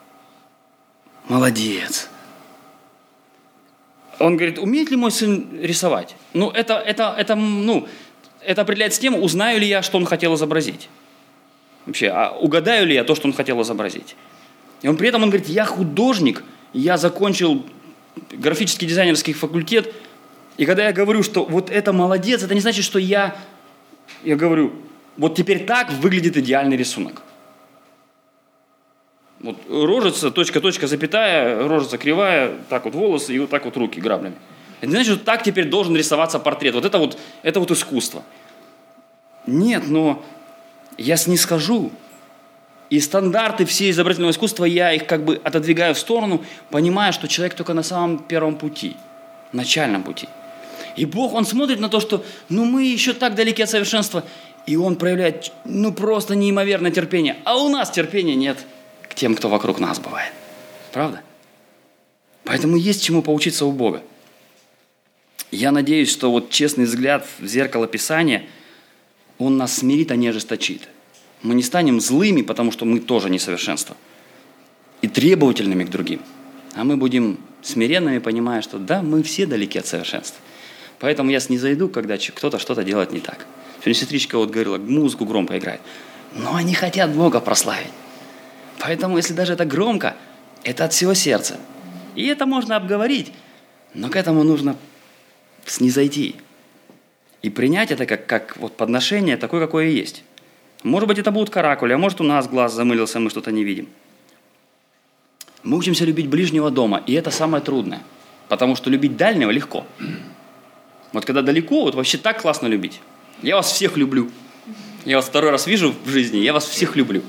молодец. Он говорит: умеет ли мой сын рисовать? Это определяется тем, узнаю ли я, что он хотел изобразить. Вообще, угадаю ли я то, что он хотел изобразить. И при этом он говорит: я художник, я закончил графический дизайнерский факультет, и когда я говорю, что вот это молодец, это не значит, что я говорю: вот теперь так выглядит идеальный рисунок. Вот рожица, точка, запятая, рожица кривая, так вот волосы и вот так вот руки граблями. Это не значит, что так теперь должен рисоваться портрет. Это вот искусство. Нет, но я снисхожу. И стандарты все изобразительного искусства, я их как бы отодвигаю в сторону, понимая, что человек только на самом первом пути, начальном пути. И Бог, Он смотрит на то, что мы еще так далеки от совершенства, и Он проявляет просто неимоверное терпение. А у нас терпения нет к тем, кто вокруг нас бывает. Правда? Поэтому есть чему поучиться у Бога. Я надеюсь, что вот честный взгляд в зеркало Писания, он нас смирит, а не ожесточит. Мы не станем злыми, потому что мы тоже несовершенство, и требовательными к другим. А мы будем смиренными, понимая, что да, мы все далеки от совершенства. Поэтому я снизойду, когда кто-то что-то делает не так. Сегодня сестричка вот говорила, музыку громко играет. Но они хотят Бога прославить. Поэтому, если даже это громко, это от всего сердца. И это можно обговорить, но к этому нужно снизойти. И принять это как вот подношение, такое, какое есть. Может быть, это будут каракули, а может, у нас глаз замылился, мы что-то не видим. Мы учимся любить ближнего дома, и это самое трудное. Потому что любить дальнего легко. Вот когда далеко, вот вообще так классно любить. Я вас всех люблю. Я вас второй раз вижу в жизни, я вас всех люблю.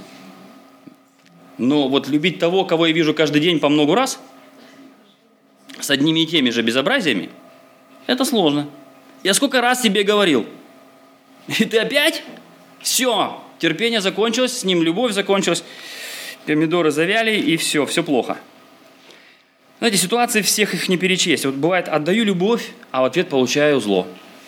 Но вот любить того, кого я вижу каждый день по много раз, с одними и теми же безобразиями, это сложно. Я сколько раз тебе говорил. И ты опять? Все, терпение закончилось, с ним любовь закончилась, помидоры завяли, и все плохо. Знаете, ситуации всех их не перечесть. Вот бывает, отдаю любовь, а в ответ получаю зло.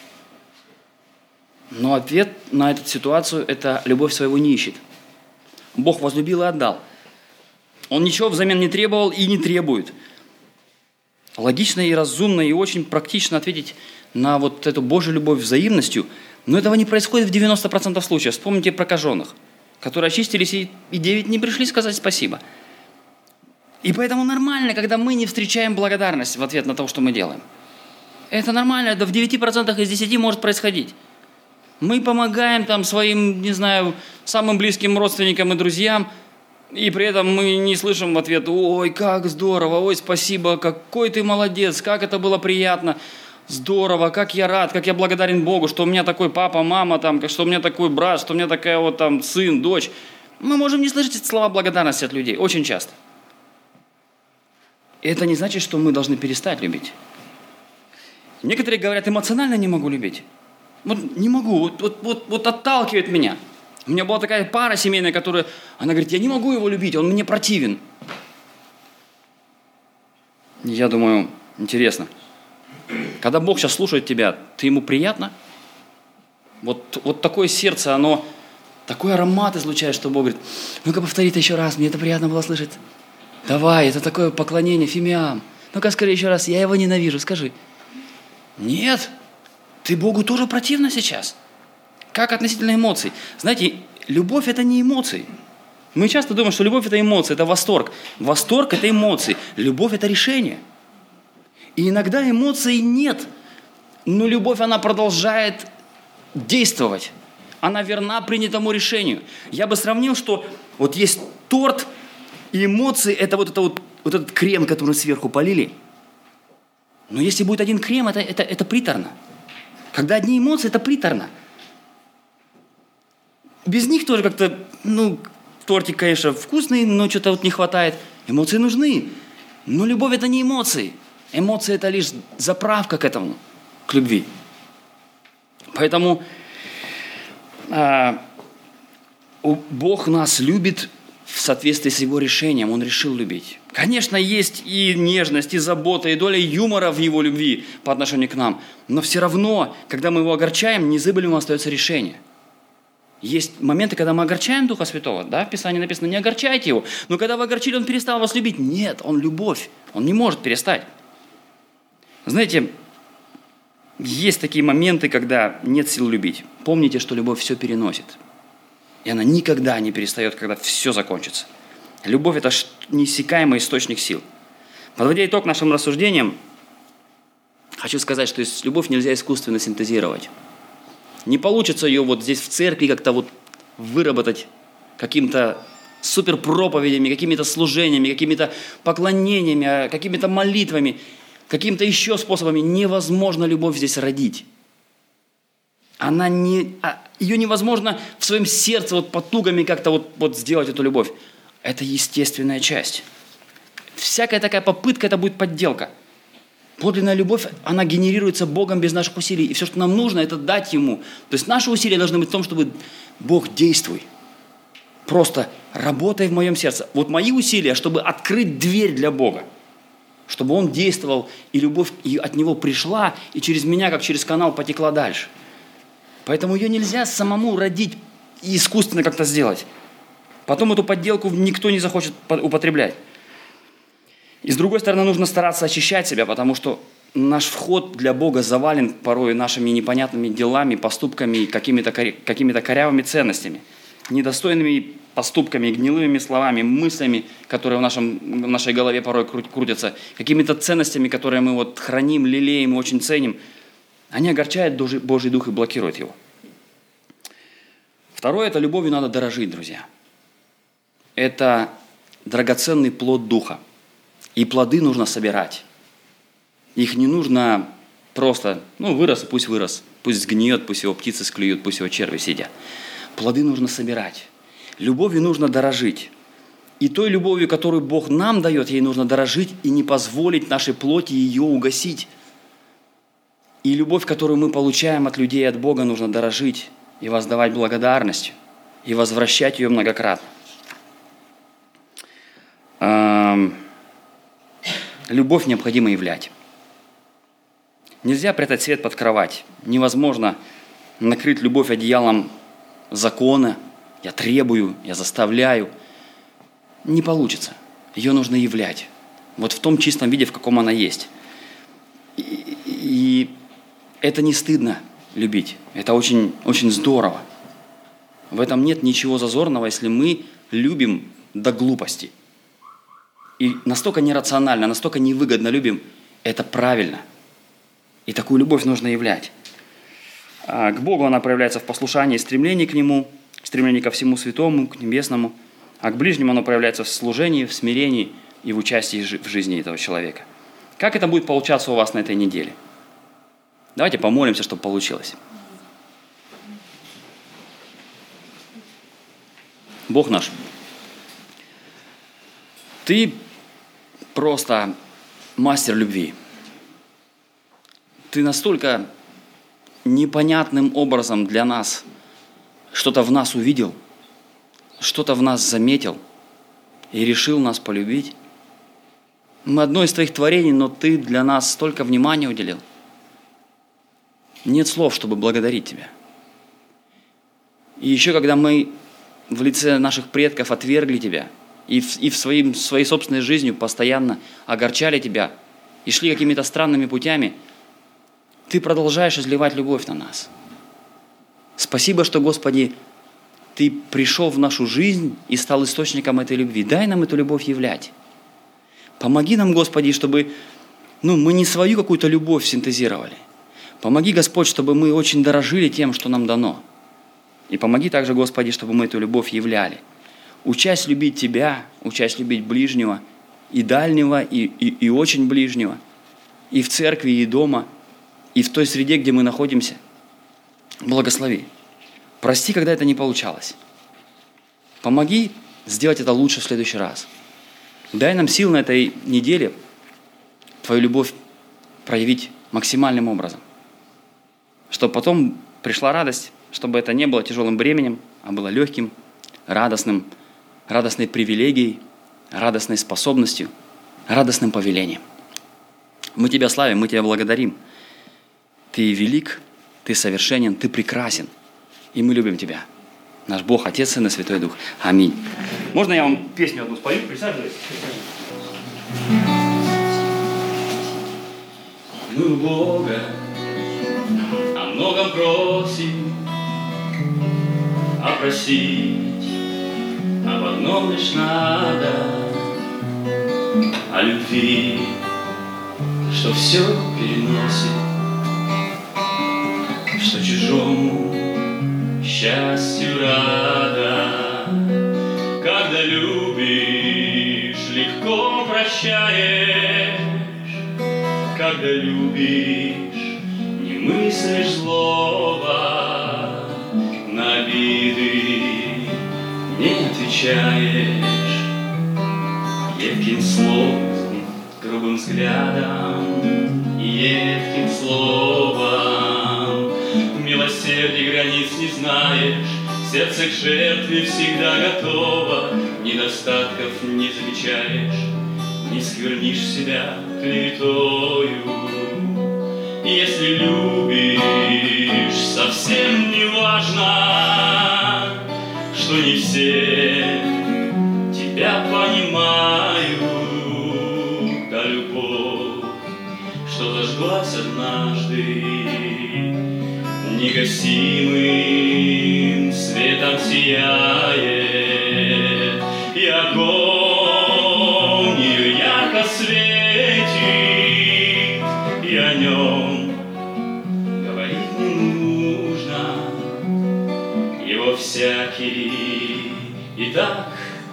Но ответ на эту ситуацию – это любовь своего не ищет. Бог возлюбил и отдал. Он ничего взамен не требовал и не требует. Логично и разумно, и очень практично ответить на вот эту Божью любовь взаимностью, но этого не происходит в 90% случаев. Вспомните прокаженных, которые очистились, и 9 не пришли сказать спасибо. И поэтому нормально, когда мы не встречаем благодарность в ответ на то, что мы делаем. Это нормально, это в 9% из 10 может происходить. Мы помогаем там своим, не знаю, самым близким родственникам и друзьям, и при этом мы не слышим в ответ: «Ой, как здорово, ой, спасибо, какой ты молодец, как это было приятно». Здорово, как я рад, как я благодарен Богу, что у меня такой папа, мама, там, что у меня такой брат, что у меня такая вот там сын, дочь. Мы можем не слышать эти слова благодарности от людей, очень часто. И это не значит, что мы должны перестать любить. Некоторые говорят: эмоционально не могу любить. Вот не могу, вот отталкивает меня. У меня была такая пара семейная, она говорит: я не могу его любить, он мне противен. Я думаю, интересно. Когда Бог сейчас слушает тебя, ты ему приятно? Вот такое сердце, оно такой аромат излучает, что Бог говорит: ну-ка повтори это еще раз, мне это приятно было слышать. Давай, это такое поклонение фимиам. Ну-ка скажи еще раз, я его ненавижу, скажи. Нет, ты Богу тоже противно сейчас. Как относительно эмоций? Знаете, любовь – это не эмоции. Мы часто думаем, что любовь – это эмоции, это восторг. Восторг – это эмоции, любовь – это решение. И иногда эмоций нет, но любовь, она продолжает действовать. Она верна принятому решению. Я бы сравнил, что вот есть торт, и эмоции – это вот этот крем, который сверху полили. Но если будет один крем, это приторно. Когда одни эмоции – это приторно. Без них тоже как-то, тортик, конечно, вкусный, но что-то вот не хватает. Эмоции нужны. Но любовь – это не эмоции. Эмоции – это лишь заправка к этому. к любви. Поэтому Бог нас любит в соответствии с Его решением. Он решил любить. Конечно, есть и нежность, и забота, и доля юмора в Его любви по отношению к нам. Но все равно, когда мы Его огорчаем, незыблемым остается решение. Есть моменты, когда мы огорчаем Духа Святого. Да, в Писании написано, не огорчайте Его. Но когда вы огорчили, Он перестал вас любить. Нет, Он любовь. Он не может перестать. Знаете, есть такие моменты, когда нет сил любить. Помните, что любовь все переносит. И она никогда не перестает, когда все закончится. Любовь – это неиссякаемый источник сил. Подводя итог нашим рассуждениям, хочу сказать, что любовь нельзя искусственно синтезировать. Не получится ее вот здесь в церкви как-то вот выработать каким-то суперпроповедями, какими-то служениями, какими-то поклонениями, какими-то молитвами, какими-то еще способами. Невозможно любовь здесь родить. Ее невозможно в своем сердце вот потугами как-то вот сделать эту любовь. Это естественная часть. Всякая такая попытка – это будет подделка. Подлинная любовь, она генерируется Богом без наших усилий. И все, что нам нужно, это дать Ему. То есть наши усилия должны быть в том, чтобы Бог, действуй. Просто работай в моем сердце. Вот мои усилия, чтобы открыть дверь для Бога. Чтобы Он действовал, и любовь от Него пришла, и через меня, как через канал, потекла дальше. Поэтому ее нельзя самому родить и искусственно как-то сделать. Потом эту подделку никто не захочет употреблять. И с другой стороны, нужно стараться очищать себя, потому что наш вход для Бога завален порой нашими непонятными делами, поступками, какими-то корявыми ценностями, недостойными поступками, гнилыми словами, мыслями, которые в нашей голове порой крутятся, какими-то ценностями, которые мы вот храним, лелеем и очень ценим. Они огорчают Божий Дух и блокируют его. Второе – это любовью надо дорожить, друзья. Это драгоценный плод Духа. И плоды нужно собирать. Их не нужно просто, вырос, пусть сгниет, пусть его птицы склюют, пусть его черви съедят. Плоды нужно собирать. Любовью нужно дорожить. И той любовью, которую Бог нам дает, ей нужно дорожить и не позволить нашей плоти ее угасить. И любовь, которую мы получаем от людей и от Бога, нужно дорожить и воздавать благодарностью, и возвращать ее многократно. Любовь необходимо являть. Нельзя прятать свет под кровать. Невозможно накрыть любовь одеялом закона. Я требую, я заставляю. Не получится. Ее нужно являть. Вот в том чистом виде, в каком она есть. И это не стыдно любить. Это очень, очень здорово. В этом нет ничего зазорного, если мы любим до глупости. И настолько нерационально, настолько невыгодно любим, это правильно. И такую любовь нужно являть. К Богу она проявляется в послушании и стремлении к Нему, стремлении ко всему святому, к небесному. А к ближнему оно проявляется в служении, в смирении и в участии в жизни этого человека. Как это будет получаться у вас на этой неделе? Давайте помолимся, чтобы получилось. Бог наш, Ты просто мастер любви. Ты настолько непонятным образом для нас что-то в нас увидел, что-то в нас заметил и решил нас полюбить. Мы одно из Твоих творений, но Ты для нас столько внимания уделил. Нет слов, чтобы благодарить Тебя. И еще когда мы в лице наших предков отвергли Тебя и своей собственной жизнью постоянно огорчали Тебя и шли какими-то странными путями, Ты продолжаешь изливать любовь на нас. Спасибо, что, Господи, Ты пришел в нашу жизнь и стал источником этой любви. Дай нам эту любовь являть. Помоги нам, Господи, чтобы мы не свою какую-то любовь синтезировали. Помоги, Господь, чтобы мы очень дорожили тем, что нам дано. И помоги также, Господи, чтобы мы эту любовь являли. Учась любить Тебя, учась любить ближнего, и дальнего, и очень ближнего, и в церкви, и дома, и в той среде, где мы находимся. Благослови. Прости, когда это не получалось. Помоги сделать это лучше в следующий раз. Дай нам сил на этой неделе Твою любовь проявить максимальным образом. чтобы потом пришла радость, чтобы это не было тяжелым бременем, а было легким, радостным, радостной привилегией, радостной способностью, радостным повелением. Мы Тебя славим, мы Тебя благодарим. Ты велик, Ты совершенен, Ты прекрасен, и мы любим Тебя. Наш Бог, Отец, Сын и Святой Дух. Аминь. Можно я вам песню одну спою? Присаживайтесь. Мы у Бога о многом просим, а просить об одном лишь надо, о любви, что все переносит, что чужому счастью рада. Когда любишь, легко прощаешь, когда любишь, не мыслишь злого, на обиды не отвечаешь, едким словом, грубым взглядом и едким словом. В милосердии границ не знаешь, сердце к жертве всегда готово, недостатков не замечаешь, не сквернишь себя клеветою. Если любишь, совсем не важно, что не все тебя понимают. Та любовь, что зажглась однажды, негасимым светом сияет, и огонь ее ярко светит, и о нем говорить не нужно, его всякий и так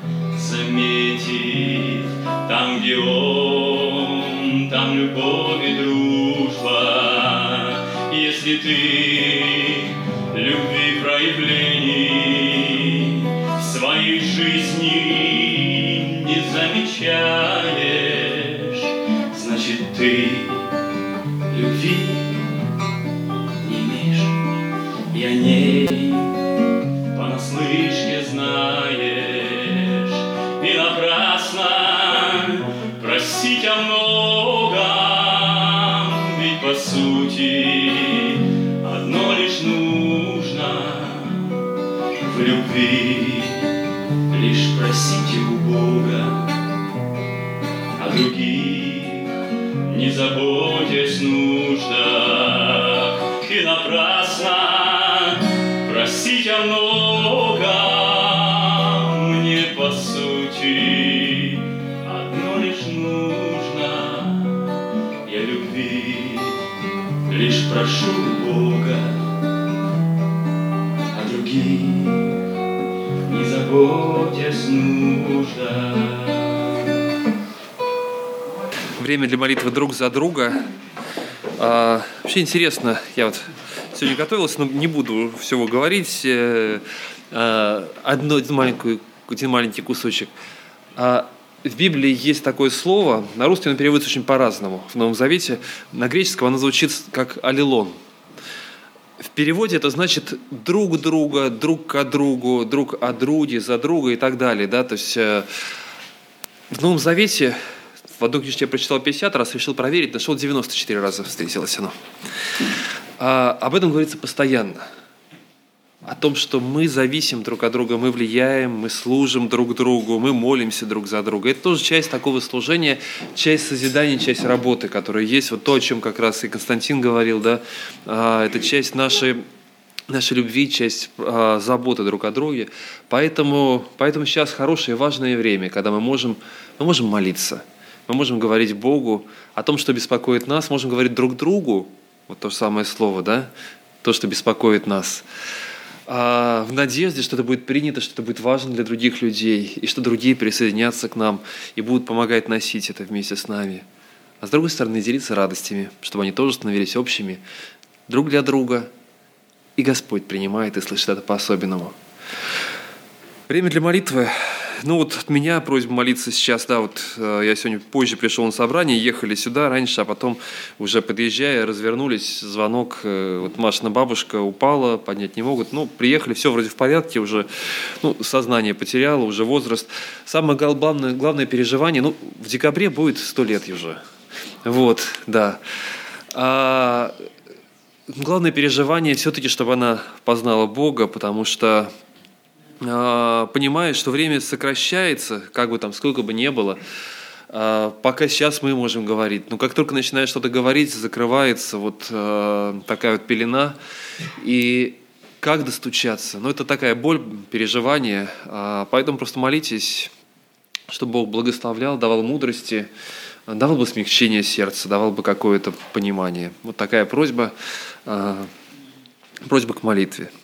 заметит. Там, где он, там любовь и дружба. Если ты любви проявлений в своей жизни не замечаешь, значит, ты любви не имеешь, и о ней понаслышке знаешь, и напрасно просить о многом, ведь по сути одно лишь нужно в любви, лишь просите у Бога о других, не заботясь нуждах, и напрасно просить о многом, мне по сути одно лишь нужно, я любви лишь прошу Бога, а других не заботясь нужда. Время для молитвы друг за друга. Вообще интересно, я вот сегодня готовился, но не буду всего говорить. Один маленький кусочек. В Библии есть такое слово, на русский оно переводится очень по-разному. В Новом Завете на греческом оно звучит как «аллилон». В переводе это значит друг друга, друг к другу, друг о друге, за друга и так далее. Да? То есть в Новом Завете, в одной книжке я прочитал 50 раз, решил проверить, нашел 94 раза встретилось оно. Об этом говорится постоянно. О том, что мы зависим друг от друга, мы влияем, мы служим друг другу, мы молимся друг за друга. Это тоже часть такого служения, часть созидания, часть работы, которая есть. Вот то, о чем как раз и Константин говорил, да, это часть нашей любви, часть заботы друг о друге. Поэтому сейчас хорошее и важное время, когда мы можем молиться, мы можем говорить Богу о том, что беспокоит нас, можем говорить друг другу, вот то же самое слово, да, то, что беспокоит нас, в надежде, что это будет принято, что это будет важно для других людей, и что другие присоединятся к нам и будут помогать носить это вместе с нами. А с другой стороны, делиться радостями, чтобы они тоже становились общими друг для друга. И Господь принимает и слышит это по-особенному. Время для молитвы. Ну вот от меня просьба молиться сейчас, да, вот я сегодня позже пришел на собрание, ехали сюда раньше, а потом уже подъезжая, развернулись, звонок, вот Машина бабушка упала, поднять не могут, ну, приехали, все вроде в порядке, уже, ну, сознание потеряла, уже возраст. Самое главное переживание, ну, в декабре будет 100 лет уже, вот, да. А главное переживание все-таки, чтобы она познала Бога, потому что понимает, что время сокращается, как бы там, сколько бы ни было, пока сейчас мы можем говорить. Но как только начинаешь что-то говорить, закрывается вот такая вот пелена. И как достучаться? Ну, это такая боль, переживание. Поэтому просто молитесь, чтобы Бог благословлял, давал мудрости, давал бы смягчение сердца, давал бы какое-то понимание. Вот такая просьба к молитве.